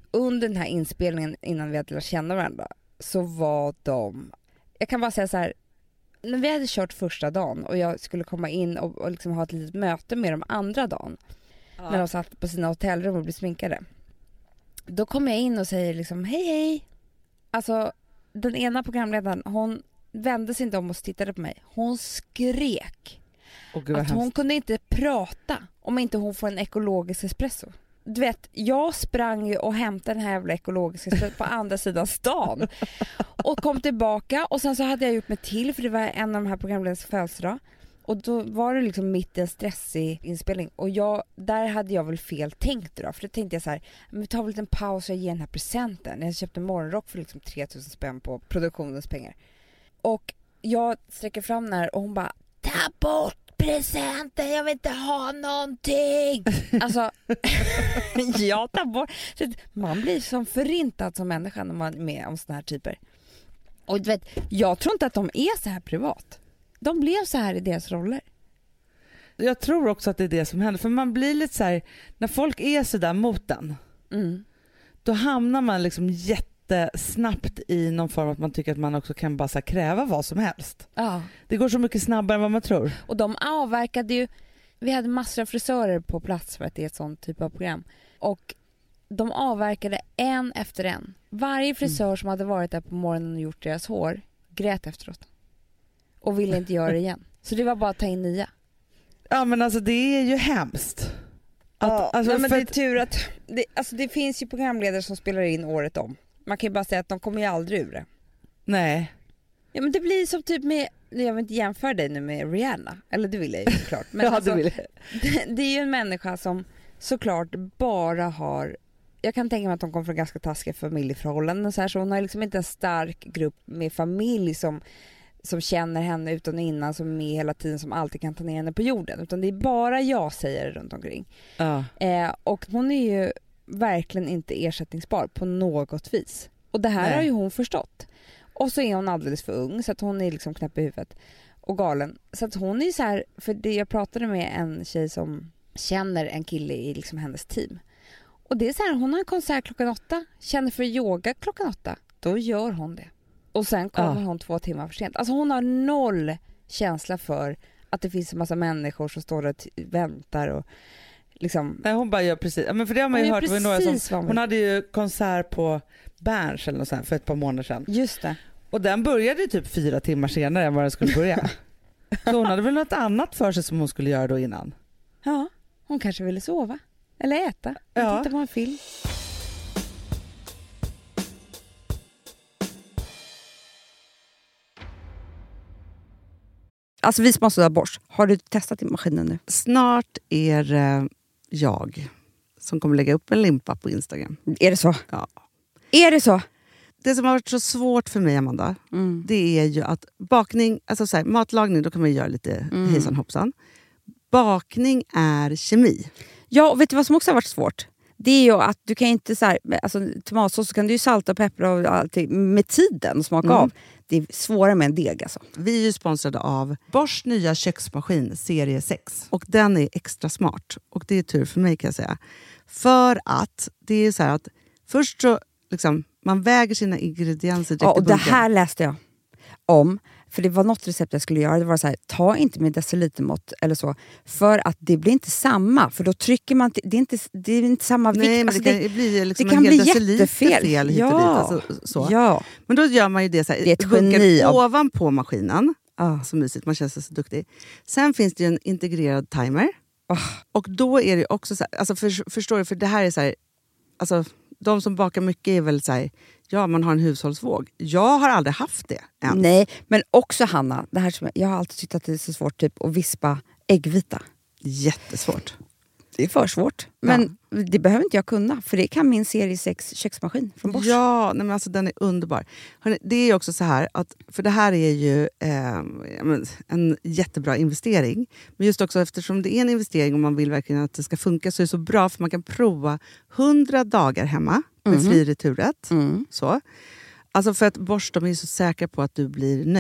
under den här inspelningen innan vi hade lärt känna varandra så var de, jag kan bara säga så här, när vi hade kört första dagen och jag skulle komma in och, och liksom ha ett litet möte med dem andra dagen, ja. När de satt på sina hotellrum och blev sminkade, då kom jag in och säger liksom hej hej. Alltså den ena programledaren, hon vände sig inte om och tittade på mig. Hon skrek oh, att hon kunde inte prata om inte hon får en ekologisk espresso. Du vet, jag sprang ju och hämtade den här jävla ekologiska espresso på andra sidan stan och kom tillbaka, och sen så hade jag gjort mig till för det var en av de här programledarnas födelsedag. Och då var det liksom mitt i en stressig inspelning. Och jag, där hade jag väl fel tänkt då. För då tänkte jag så här, men vi tar väl en liten paus och jag ger den här presenten. Jag köpte en morgonrock för liksom tre tusen spänn på produktionens pengar. Och jag sträcker fram den här och hon bara, ta bort presenten, jag vill inte ha någonting. Alltså, jag tar bort. Man blir som förintad som människa när man är med om såna här typer. Och du vet, jag tror inte att de är så här privat. De blev så här i deras roller. Jag tror också att det är det som händer. För man blir lite så här, när folk är så där mot den, mm. då hamnar man liksom jättesnabbt i någon form att man tycker att man också kan bara så här kräva vad som helst. Ja. Det går så mycket snabbare än vad man tror. Och de avverkade ju, vi hade massor av frisörer på plats för att det är ett sånt typ av program. Och de avverkade en efter en. Varje frisör mm. som hade varit där på morgonen och gjort deras hår grät efteråt. Och ville inte göra det igen. Så det var bara att ta in nya. Ja, men alltså det är ju hemskt. Att, ja, alltså, nej, men för det är tur att det, alltså det finns ju programledare som spelar in året om. Man kan ju bara säga att de kommer ju aldrig ur det. Nej. Ja, men det blir som typ med, jag vill inte jämföra dig nu med Rihanna. Eller det vill jag ju såklart. Men ja, alltså, det, vill det, det är ju en människa som såklart bara har, jag kan tänka mig att hon kommer från ganska taskiga familjeförhållanden. Så, här, så hon har liksom inte en stark grupp med familj som som känner henne utan och innan, som är med hela tiden, som alltid kan ta ner henne på jorden, utan det är bara jag säger runt omkring. Ja. Eh, och hon är ju verkligen inte ersättningsbar på något vis. Och det här Nej. har ju hon förstått. Och så är hon alldeles för ung så att hon är liksom knäpp i huvudet och galen. Så att hon är ju så här, för det jag pratade med en tjej som känner en kille i liksom hennes team. Och det är så här, hon har en konsert klockan åtta, känner för yoga klockan åtta, då gör hon det. Och sen kommer ja. hon två timmar för sent. Alltså hon har noll känsla för att det finns en massa människor som står och t- väntar och liksom. Nej, hon bara gör precis. Men för det har man ju hört. Var några som, hon hade ju konsert på Berns eller något sånt för ett par månader sedan. Just det. Och den började typ fyra timmar senare än vad den skulle börja. Så hon hade väl något annat för sig som hon skulle göra då innan. Ja, hon kanske ville sova. Eller äta. Ja. Titta på en film. Alltså vi som har sådär borst, har du testat i maskinen nu? Snart är eh, jag som kommer lägga upp en limpa på Instagram. Är det så? Ja. Är det så? Det som har varit så svårt för mig, Amanda, mm. det är ju att bakning, alltså så här, matlagning, då kan man ju göra lite mm. hejsan hoppsan. Bakning är kemi. Ja, och vet du vad som också har varit svårt? Det är ju att du kan inte så här, alltså tomatsås så kan du ju salta och peppra och allting med tiden och smaka mm. av. Det är svårare med en deg alltså. Vi är ju sponsrade av Bosch nya köksmaskin serie sex. Och den är extra smart. Och det är tur för mig kan jag säga. För att det är så här att först så liksom, man väger sina ingredienser direkt. Ja, och det här läste jag om. För det var något recept jag skulle göra. Det var så här, ta inte med decilitermått eller så. För att det blir inte samma. För då trycker man, det är inte, det är inte samma vikt. Nej, men alltså det kan det, bli liksom det kan en hel bli deciliter jättefel. Fel hit ja. och dit. Alltså, så. Ja. Men då gör man ju det så här. Det är ett geni av... ovanpå maskinen. Ah. Så mysigt, man känns så duktig. Sen finns det ju en integrerad timer. Ah. Och då är det också så här, alltså för, förstår du, för det här är så här, alltså de som bakar mycket är väl så här, ja, man har en hushållsvåg. Jag har aldrig haft det än. Nej, men också Hanna, det här som jag, jag har alltid tyckt att det är så svårt typ att vispa äggvita. Jättesvårt. Det är för svårt. Men ja. det behöver inte jag kunna, för det kan min serie sex köksmaskin från Bosch. Ja, nej men alltså den är underbar. Hörrni, det är också så här, att, för det här är ju eh, en jättebra investering. Men just också eftersom det är en investering och man vill verkligen att det ska funka, så är det så bra för man kan prova hundra dagar hemma med mm. fri returrätt. Mm. Så. Alltså för att Bosch, de är så säkra på att du blir nöjd.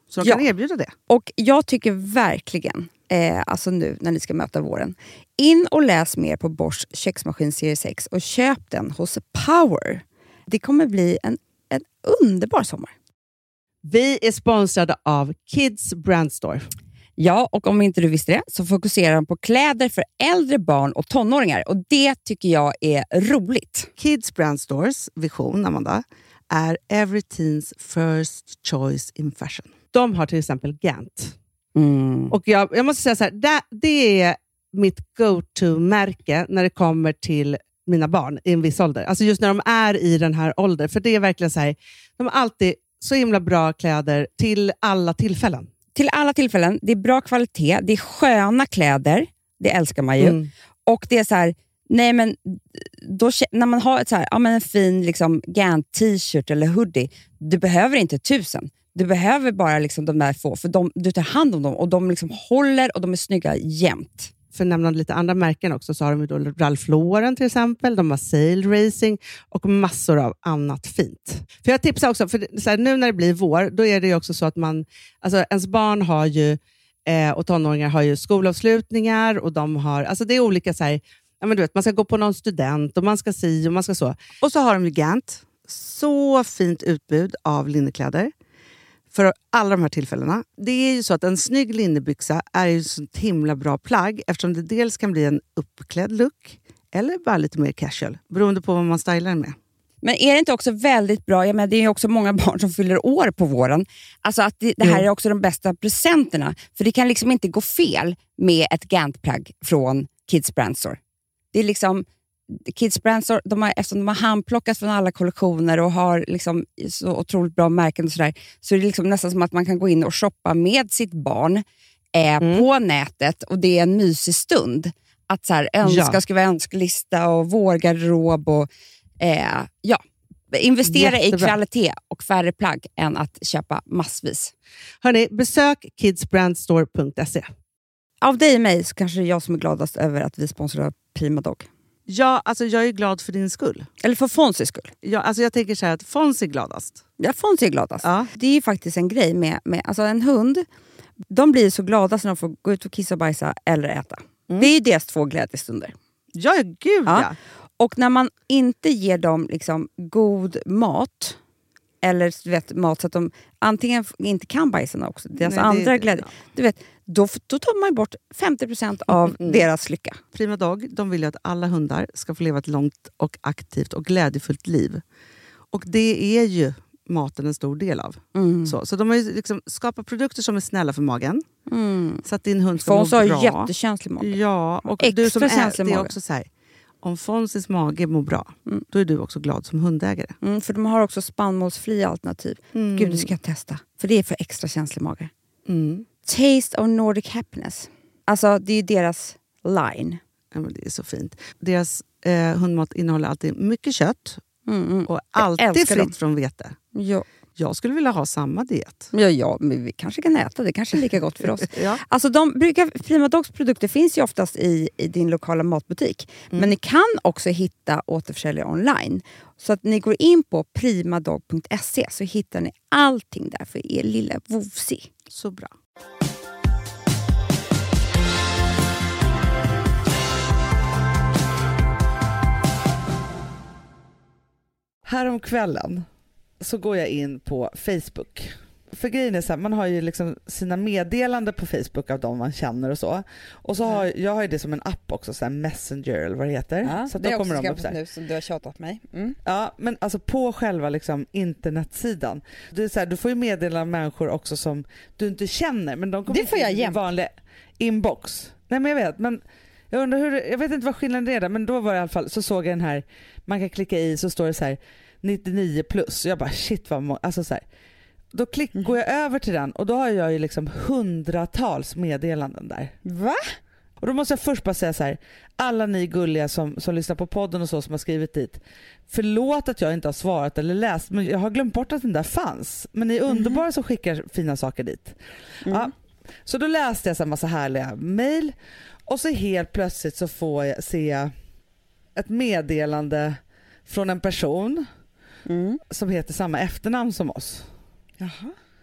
Så de Ja. kan erbjuda det. Och jag tycker verkligen, eh, alltså nu när ni ska möta våren, in och läs mer på Bosch köksmaskin serie sex och köp den hos Power. Det kommer bli en, en underbar sommar. Vi är sponsrade av Kids Brand Store. Ja, och om inte du visste det så fokuserar de på kläder för äldre barn och tonåringar. Och det tycker jag är roligt. Kids Brand Stores vision, Amanda, är every teens first choice in fashion. De har till exempel Gant. Mm. Och jag, jag måste säga så här, det, det är mitt go-to-märke när det kommer till mina barn i en viss ålder. Alltså just när de är i den här åldern. För det är verkligen så här, de har alltid så himla bra kläder till alla tillfällen. Till alla tillfällen. Det är bra kvalitet. Det är sköna kläder. Det älskar man ju. Mm. Och det är så här, nej men då, när man har ett så här, ja, men en fin liksom, Gant t-shirt eller hoodie, du behöver inte tusen. Du behöver bara liksom, de där få, för de, du tar hand om dem och de liksom håller och de är snygga jämt. För nämna lite andra märken också, så har de ju då Ralph Lauren till exempel, de har Sail Racing och massor av annat fint. För jag tipsar också, för så här, nu när det blir vår, då är det ju också så att man, alltså ens barn har ju, eh, och tonåringar har ju skolavslutningar och de har, alltså det är olika så här, ja men du vet, man ska gå på någon student och man ska si och man ska så. Och så har de ju Gant, så fint utbud av linnekläder för alla de här tillfällena. Det är ju så att en snygg linnebyxa är ju så himla bra plagg eftersom det dels kan bli en uppklädd look eller bara lite mer casual, beroende på vad man stylar med. Men är det inte också väldigt bra, jag menar, det är ju också många barn som fyller år på våren, alltså att det, det här Mm. är också de bästa presenterna, för det kan liksom inte gå fel med ett Gant-plagg från Kids Brand Store. Det är liksom Kids Brand Store, de har, eftersom de har handplockat från alla kollektioner och har liksom så otroligt bra märken och sådär, så är det liksom nästan som att man kan gå in och shoppa med sitt barn eh, Mm. på nätet, och det är en mysig stund att så här, önska, Ja. skriva önskelista och vårgarderob och eh, ja, investera Jättebra. i kvalitet och färre plagg än att köpa massvis. Hörrni, besök kids brand store punkt se. Av dig och mig så kanske det är jag som är gladast över att vi sponsrar Prima Dog. Ja, alltså jag är glad för din skull. Eller för Fonzys skull. Ja, alltså jag tänker så här att Fons är gladast. Ja, Fonzie är gladast. Ja. Det är ju faktiskt en grej med, med alltså en hund. De blir så glada när de får gå ut och kissa och bajsa eller äta. Mm. Det är ju deras två glädjestunder. Ja, gud Ja. ja. Och när man inte ger dem liksom god mat, eller du vet, mat så att de antingen inte kan bajsa också, deras Nej, det- andra det- glädje, ja. du vet, då, då tar man bort femtio procent av Mm. deras lycka. Prima Dog, de vill ju att alla hundar ska få leva ett långt och aktivt och glädjefullt liv. Och det är ju maten en stor del av. Mm. Så, så de har ju liksom skapat produkter som är snälla för magen. Mm. Så att din hund ska Fons må har bra. ju jättekänslig mage. Ja, och Extra du som är, känslig det är mage. också så här, om Fonsis mage mår bra, Mm. då är du också glad som hundägare. Mm, för de har också spannmålsfria alternativ. Mm. Gud, det ska jag testa. För det är för extra känslig mage. Mm. Taste of Nordic Happiness. Alltså, det är ju deras line. Ja, men det är så fint. Deras eh, hundmat innehåller alltid mycket kött Mm, mm. och alltid älskar fritt dem. från vete. Ja. Jag skulle vilja ha samma diet. Ja, ja, men vi kanske kan äta. Det kanske är lika gott för oss. Ja. Alltså, de brukar, Prima Dogs produkter finns ju oftast i, i din lokala matbutik. Mm. Men ni kan också hitta återförsäljare online. Så att ni går in på primadog punkt se så hittar ni allting där för er lilla vovsi. Så bra. Häromkvällen så går jag in på Facebook. För grejen är så här, man har ju liksom sina meddelanden på Facebook av de man känner och så. Och så har jag har ju det som en app också, så här Messenger eller vad det heter. Så att då kommer de upp så här. nu som du har tjatat mig. Mm. Ja, men alltså på själva liksom internetsidan. Det är så här, du får ju meddela människor också som du inte känner, men de kommer Det får in jag i jämt. vanlig inbox. Nej, men jag vet, men jag undrar hur, jag vet inte vad skillnaden är där, men då var det i alla fall, så såg jag den här, man kan klicka i så står det så här nittionio plus, och jag bara shit vad må- alltså så här. Då klick, Mm. går jag över till den och då har jag ju liksom hundratals meddelanden där. Va? Och då måste jag först bara säga så här, alla ni gulliga som, som lyssnar på podden och så, som har skrivit dit, förlåt att jag inte har svarat eller läst, men jag har glömt bort att den där fanns. Men ni är underbara som skickar fina saker dit. Mm. Ja, så då läste jag så här massa härliga mejl och så helt plötsligt så får jag se ett meddelande från en person Mm. som heter samma efternamn som oss. Jaha.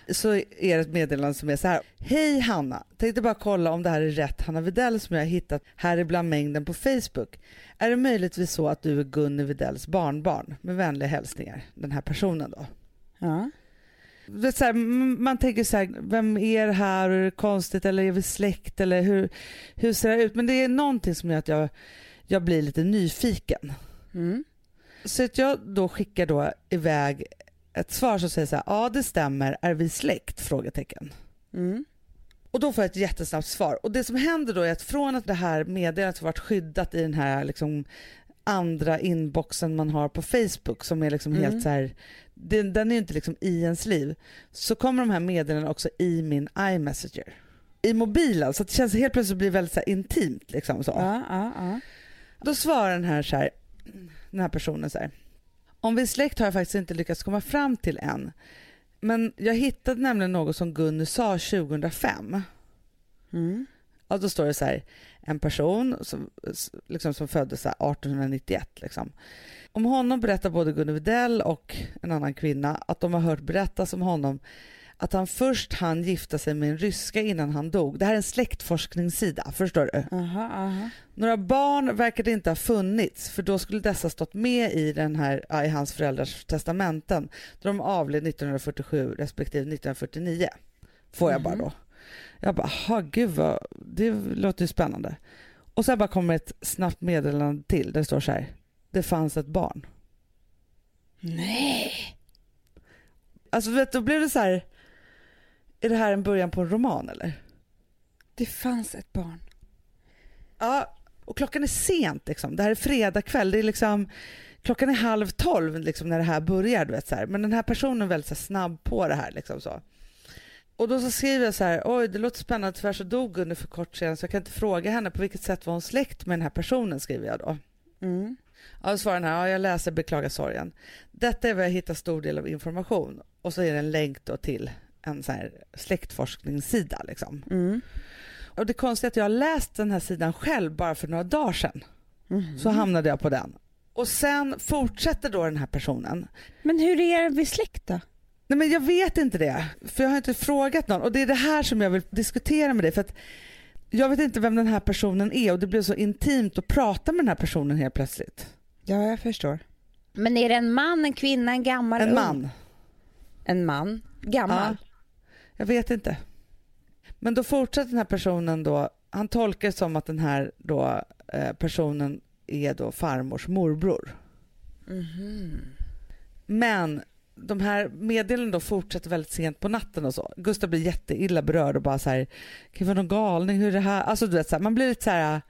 så är det ett meddelande som är så här: hej Hanna, tänkte bara kolla om det här är rätt Hanna Widell som jag har hittat här ibland mängden på Facebook. Är det möjligtvis så att du är Gunni Widells barnbarn? Med vänliga hälsningar, den här personen då. Ja. Så här, man tänker så här, vem är det här, är det konstigt eller är vi släkt eller hur, hur ser det ut? Men det är någonting som gör att jag, jag blir lite nyfiken. Mm. Så att jag då skickar då iväg ett svar som säger så här: ja det stämmer, är vi släkt? Frågetecken. Mm. Och då får jag ett jättesnabbt svar. Och det som händer då är att från att det här meddelandet har varit skyddat i den här liksom andra inboxen man har på Facebook som är liksom Mm. helt så här, den, den är ju inte liksom i ens liv, så kommer de här meddelandena också i min iMessenger i mobilen, så att det känns helt plötsligt blir väldigt så här intimt liksom så. Ja, ja, ja. Då svarar den här så här, den här personen så här: om vi är släkt har jag faktiskt inte lyckats komma fram till än. Men jag hittade nämligen något som Gunni sa tjugohundrafem. Mm. Ja, då står det så här: en person som, liksom, som föddes så här artonhundranittioett. Liksom. Om honom berättar både Gunni Widell och en annan kvinna att de har hört berättas om honom att han först hann gifta sig med en ryska innan han dog. Det här är en släktforskningssida, förstår du? Aha, aha. Några barn verkar det inte ha funnits, för då skulle dessa stått med i, den här, i hans föräldrars testamenten då de avled nittonhundrafyrtiosju respektive nittonhundrafyrtionio. Får jag bara då. Jag bara, ha gud vad, det låter ju spännande. Och sen bara kommer ett snabbt meddelande till där det står så här: det fanns ett barn. Nej. Alltså vet du, då blev det så här, är det här en början på en roman eller? Det fanns ett barn. Ja, och klockan är sent liksom. Det här är fredag kväll. Det är liksom, klockan är halv tolv liksom när det här börjar, du vet så här. Men den här personen är väldigt så här snabb på det här liksom så. Och då så skriver jag så här: oj, det låter spännande, tyvärr så dog Gunni för kort sedan så jag kan inte fråga henne på vilket sätt var hon släkt med den här personen, skriver jag då. Mm. Ja, då svarar den här: ja, jag läser, beklagar sorgen. Detta är vad jag hittar stor del av information. Och så är det en länk då till en så här släktforskningssida liksom. Mm. Och det konstiga är att jag har läst den här sidan själv bara för några dagar sedan. Mm. Så hamnade jag på den. Och sen fortsätter då den här personen. Men hur är vi släkt då? Nej, men jag vet inte det. För jag har inte frågat någon. Och det är det här som jag vill diskutera med dig. För att jag vet inte vem den här personen är. Och det blev så intimt att prata med den här personen helt plötsligt. Ja, jag förstår. Men är det en man, en kvinna, en gammal? En ung? man. En man? Gammal? Ja, jag vet inte. Men då fortsätter den här personen då. Han tolkar det som att den här då, eh, personen är då farmors morbror. Mhm. Men de här meddelandena då fortsätter väldigt sent på natten och så. Gustav blir jätteilla berörd och bara så här, kan det vara någon galning, hur är det här? Alltså du vet så här, man blir lite så här.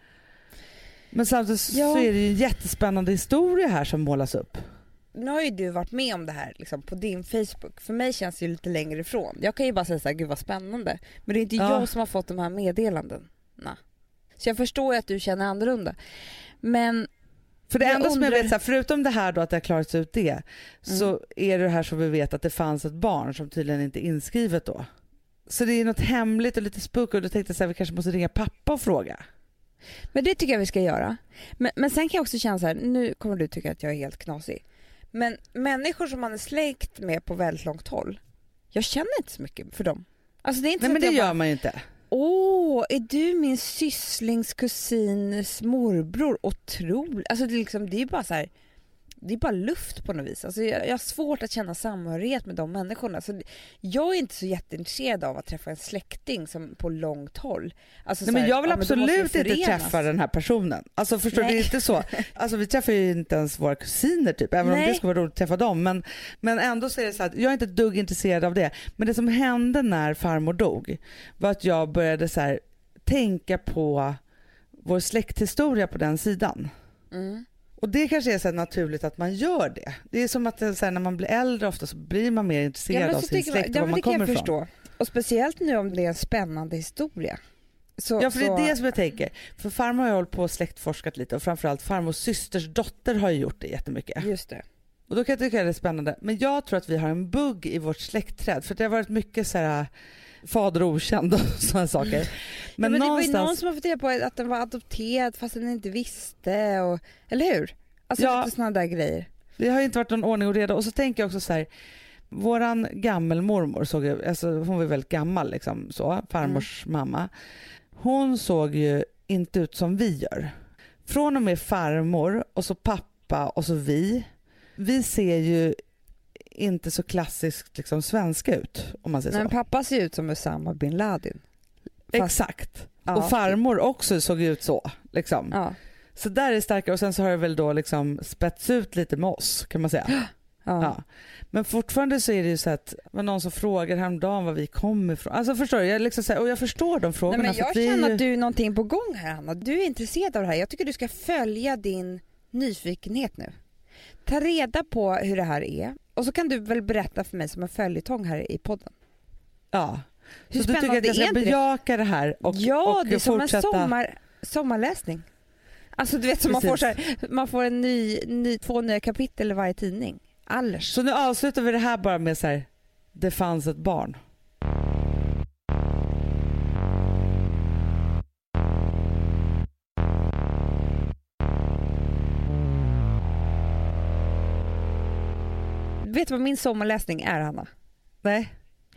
Men samtidigt Ja. så är det ju en jättespännande historia här som målas upp. Nu har ju du varit med om det här liksom, på din Facebook. För mig känns det ju lite längre ifrån. Jag kan ju bara säga så här, gud vad spännande. Men det är inte Ja. jag som har fått de här meddelanden. Nej. Så jag förstår ju att du känner annorlunda. Men För det Jag enda som jag undrar- vet, så här, förutom det här då att det har klarats ut det, så är det här som vi vet att det fanns ett barn som tydligen inte är inskrivet då. Så det är något hemligt och lite spooky och då tänkte jag så här, vi kanske måste ringa pappa och fråga. Men det tycker jag vi ska göra. Men, men sen kan jag också känna så här, nu kommer du tycka att jag är helt knasig. Men människor som man är släkt med på väldigt långt håll, jag känner inte så mycket för dem. Alltså det är inte Nej så men att det jag gör bara, man ju inte. åh, är du min sysslings kusins morbror? Otroligt. Alltså det är, liksom, det är ju bara så här, det är bara luft på något vis. Alltså jag, jag har svårt att känna samhörighet med de människorna. Så jag är inte så jätteintresserad av att träffa en släkting som på långt håll. Alltså Nej, så men här, jag vill ja, men då måste vi absolut inte förenas. träffa den här personen. Alltså förstår du, Nej. det är inte så. Alltså vi träffar ju inte ens våra kusiner typ, även Nej. om det skulle vara roligt att träffa dem. Men, men ändå så är det så att jag är inte ett dugg intresserad av det. Men det som hände när farmor dog var att jag började så här, tänka på vår släkthistoria på den sidan. Mm. Och det kanske är så här naturligt att man gör det. Det är som att det, så här, när man blir äldre ofta så blir man mer intresserad men av så sin tycker släkt man- och ja, var men man det kan kommer jag ifrån. förstå. Och speciellt nu om det är en spännande historia. Så, Ja, för det så, är det som jag tänker. För farmor har ju hållit på och släktforskat lite och framförallt farmors systers dotter har ju gjort det jättemycket. Just det. Och då kan jag tycka att det är spännande. Men jag tror att vi har en bugg i vårt släktträd. För det har varit mycket så här fader okänd och sådana saker. Men, Men, ja, men det var ju någonstans... någon som har fått reda på att den var adopterad fast den inte visste. Och, eller hur? Alltså Ja. lite sådana där grejer. Det har ju inte varit någon ordning och reda. Och så tänker jag också så här, Våran gammelmormor såg ju, alltså hon var väldigt gammal liksom så, farmors mm. mamma. Hon såg ju inte ut som vi gör. Från och med farmor och så pappa och så vi. Vi ser ju inte så klassiskt liksom svenska ut om man säger Nej, så. Men pappa ser ut som Osama bin Laden. Fast, exakt. Ja, och farmor också såg ut så liksom. Ja. Så där är starkare och sen så har det väl då liksom spets ut lite med oss kan man säga. Ja. Ja. Men fortfarande så är det ju så att var någon som frågar häromdagen var vi kommer ifrån. Alltså förstår du, jag liksom så här, och jag förstår de frågorna. Nej, men jag för känner ju... att du är någonting på gång här, Hanna. Du är intresserad av det här. Jag tycker du ska följa din nyfikenhet nu. Ta reda på hur det här är och så kan du väl berätta för mig som en följetong här i podden. Ja. Hur så du tycker att jag ska bejaka det här och ja, och det är som fortsätta... en sommar, sommarläsning. Alltså du vet som man får, så här, man får en ny, ny, två nya kapitel i varje tidning. Allers. Så nu avslutar vi det här bara med så här, det fanns ett barn. Vet du vad min sommarläsning är, Hanna? Nej.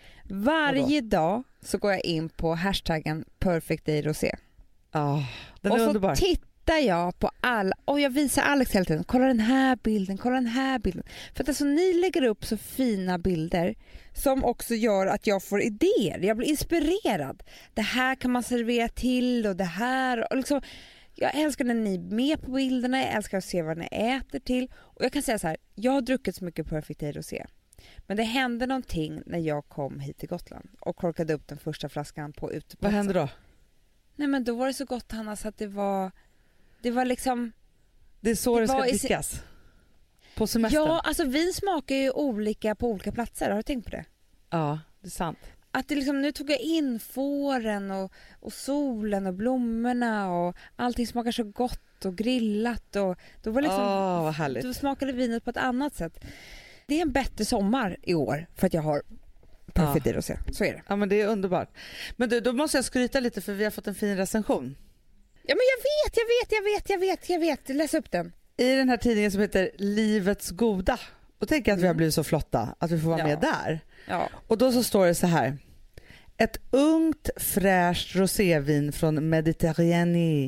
Varje dag så går jag in på hashtaggen Perfect Day Rosé. Ja, oh, den är och så underbar. Tittar jag på alla och jag visar Alex hela tiden. Kolla den här bilden, kolla den här bilden. För att alltså, ni lägger upp så fina bilder som också gör att jag får idéer. Jag blir inspirerad. Det här kan man servera till och det här. Och liksom, jag älskar när ni är med på bilderna. Jag älskar att se vad ni äter till. Och jag kan säga så här, jag har druckit så mycket Perfect Day Rosé. Men det hände någonting när jag kom hit till Gotland och korkade upp den första flaskan på uteplatsen. Vad hände då? Nej men då var det så gott, Hanna, så att det var det var liksom det är så det, det ska drickas si- på semestern. Ja, alltså vin smakar ju olika på olika platser. Har du tänkt på det? Ja, det är sant. Att det liksom, nu tog jag in fåren och, och solen och blommorna och allting smakar så gott och grillat och då var liksom oh, vad härligt. Då smakade vinet på ett annat sätt. Det är en bättre sommar i år för att jag har Perfect Day Rosé. Så är det. Ja, men det är underbart. Men du, då måste jag skryta lite för vi har fått en fin recension. Ja, men jag vet, jag vet, jag vet, jag vet, jag vet. Läs upp den. I den här tidningen som heter Livets goda. Och tänker jag att vi har blivit så flotta att vi får vara ja. med där. Ja. Och då så står det så här. Ett ungt fräscht rosévin från Mediterranée.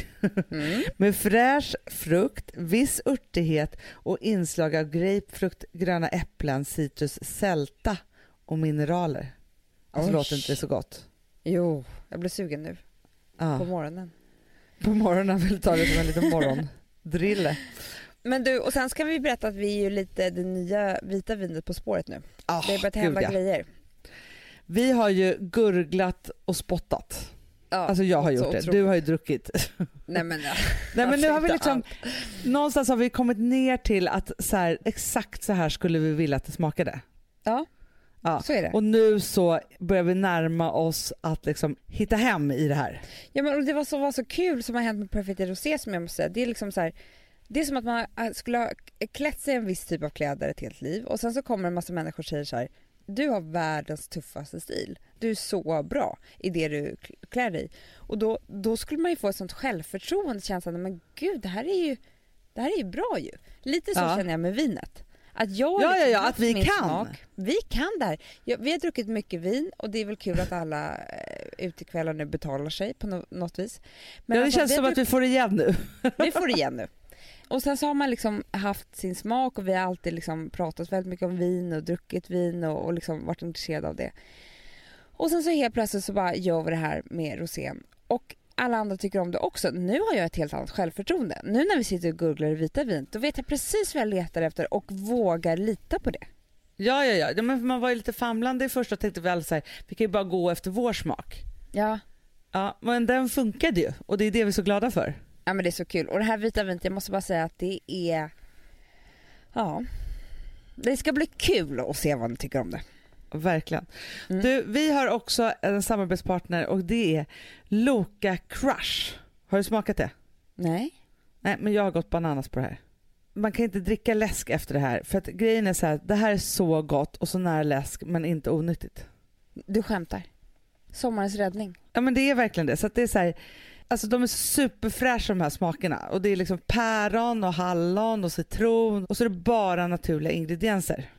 Mm. Med fräsch frukt, viss örtighet och inslag av grapefrukt, gröna äpplen, citrus, sälta och mineraler. Alltså Osh. Låter inte det så gott? Jo, jag blir sugen nu. Ja. På morgonen. På morgonen vill ta det som en liten morgondrille. Men du, och sen ska vi berätta att vi är ju lite det nya vita vinet på spåret nu. Oh, det är börjat hända grejer. Vi har ju gurglat och spottat. Ja, alltså jag har gjort det. Du har ju druckit. Nej men, ja. Nej, men nu har vi liksom någonstans har vi kommit ner till att så här, exakt så här skulle vi vilja att det smakade. Ja. Ja. Så är det. Och nu så börjar vi närma oss att liksom hitta hem i det här. Ja, men och det var så var så kul som har hänt med Perfect Day Rosé som jag måste säga. Det är liksom så här, det är som att man skulle ha klätt sig en viss typ av kläder ett helt liv och sen så kommer en massa människor och säger så här: du har världens tuffaste stil. Du är så bra i det du klär dig. Och då, då skulle man ju få ett sånt självförtroende, känslan, men gud, det här är ju det här är ju bra ju. Lite så ja. Känner jag med vinet. Att jag ja, ja, ja, att vi kan. Smak. Vi kan där. Ja, vi har druckit mycket vin och det är väl kul att alla eh, utekvällar nu betalar sig på no- något vis. Men ja, det alltså, känns som druck... att vi får igen nu. Vi får igen nu. Och sen så har man liksom haft sin smak och vi har alltid liksom pratat väldigt mycket om vin och druckit vin och, och liksom varit intresserade av det. Och sen så helt plötsligt så bara gör vi det här med rosén. Och alla andra tycker om det också. Nu har jag ett helt annat självförtroende. Nu när vi sitter och googlar i vita vin, då vet jag precis vad jag letar efter och vågar lita på det. Ja, ja, ja. Men man var ju lite famlande i första och tänkte vi alla så här, vi kan ju bara gå efter vår smak. Ja. Ja, men den funkade ju och det är det vi är så glada för. Ja, men det är så kul. Och det här vita vinet, jag måste bara säga att det är... Ja. Det ska bli kul att se vad ni tycker om det. Verkligen. Mm. Du, vi har också en samarbetspartner och det är Loka Crush. Har du smakat det? Nej. Nej, men jag har gått bananas på det här. Man kan inte dricka läsk efter det här. För att grejen är så här, det här är så gott och så nära läsk men inte onyttigt. Du skämtar. Sommarens räddning. Ja, men det är verkligen det. Så att det är så här, alltså de är superfräscha de här smakerna. Och det är liksom päron och hallon och citron. Och så är det bara naturliga ingredienser.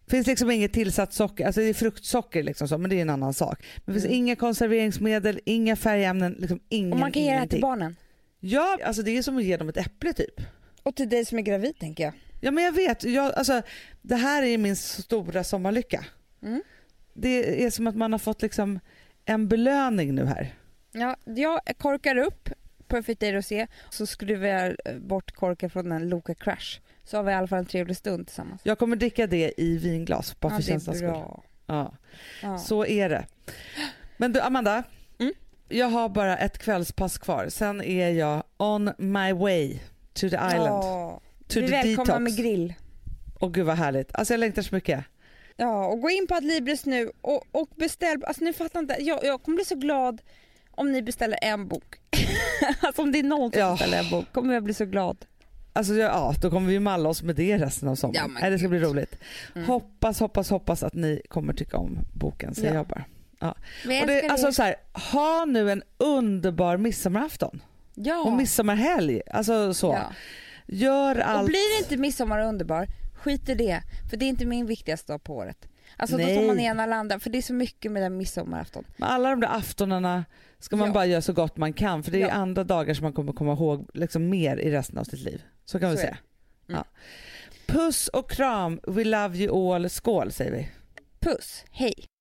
Finns liksom inget tillsatt socker, alltså det är fruktsocker liksom så, men det är en annan sak. Men det finns mm. inga konserveringsmedel, inga färgämnen, liksom ingen. Och man kan ge det här till ingenting. barnen. Ja, alltså det är som att ge dem ett äpple typ. Och till dig som är gravid tänker jag. Ja men jag vet, jag, alltså, det här är min stora sommarlycka. Mm. Det är som att man har fått liksom en belöning nu här. Ja, jag korkar upp Perfect Day Rosé, så skruvar jag bort korken från en Loka Crush. Så har vi i alla fall en trevlig stund tillsammans. Jag kommer dricka det i vinglas, bara för ja, känslans skull. Ja. ja, så är det. Men du Amanda, mm? jag har bara ett kvällspass kvar. Sen är jag on my way to the island. Ja. To vi the välkomna detox. med grill. Åh gud vad härligt. Alltså jag längtar så mycket. Ja, och gå in på Adlibris nu och, och beställ. Alltså ni fattar inte, jag, jag kommer bli så glad om ni beställer en bok. Alltså om det är någon som ja. beställer en bok kommer jag bli så glad. Alltså ja, då kommer vi malla oss med det resten av sommaren. Ja, det ska bli roligt. Mm. Hoppas, hoppas, hoppas att ni kommer tycka om boken, säger ja. jag bara. Ja. Och det, alltså så här, ha nu en underbar midsommarafton. Ja. Och midsommarhelg. Alltså så. Ja. Gör allt. Och blir det inte midsommar underbar, skit i det. För det är inte min viktigaste dag på året. Alltså Nej. Då tar man igen alla andra. För det är så mycket med den midsommarafton. Men alla de där aftonerna ska man ja. bara göra så gott man kan. För det är ja. andra dagar som man kommer komma ihåg liksom mer i resten av sitt liv. Så kan vi så säga. Mm. Ja. Puss och kram. We love you all. Skål säger vi. Puss. Hej.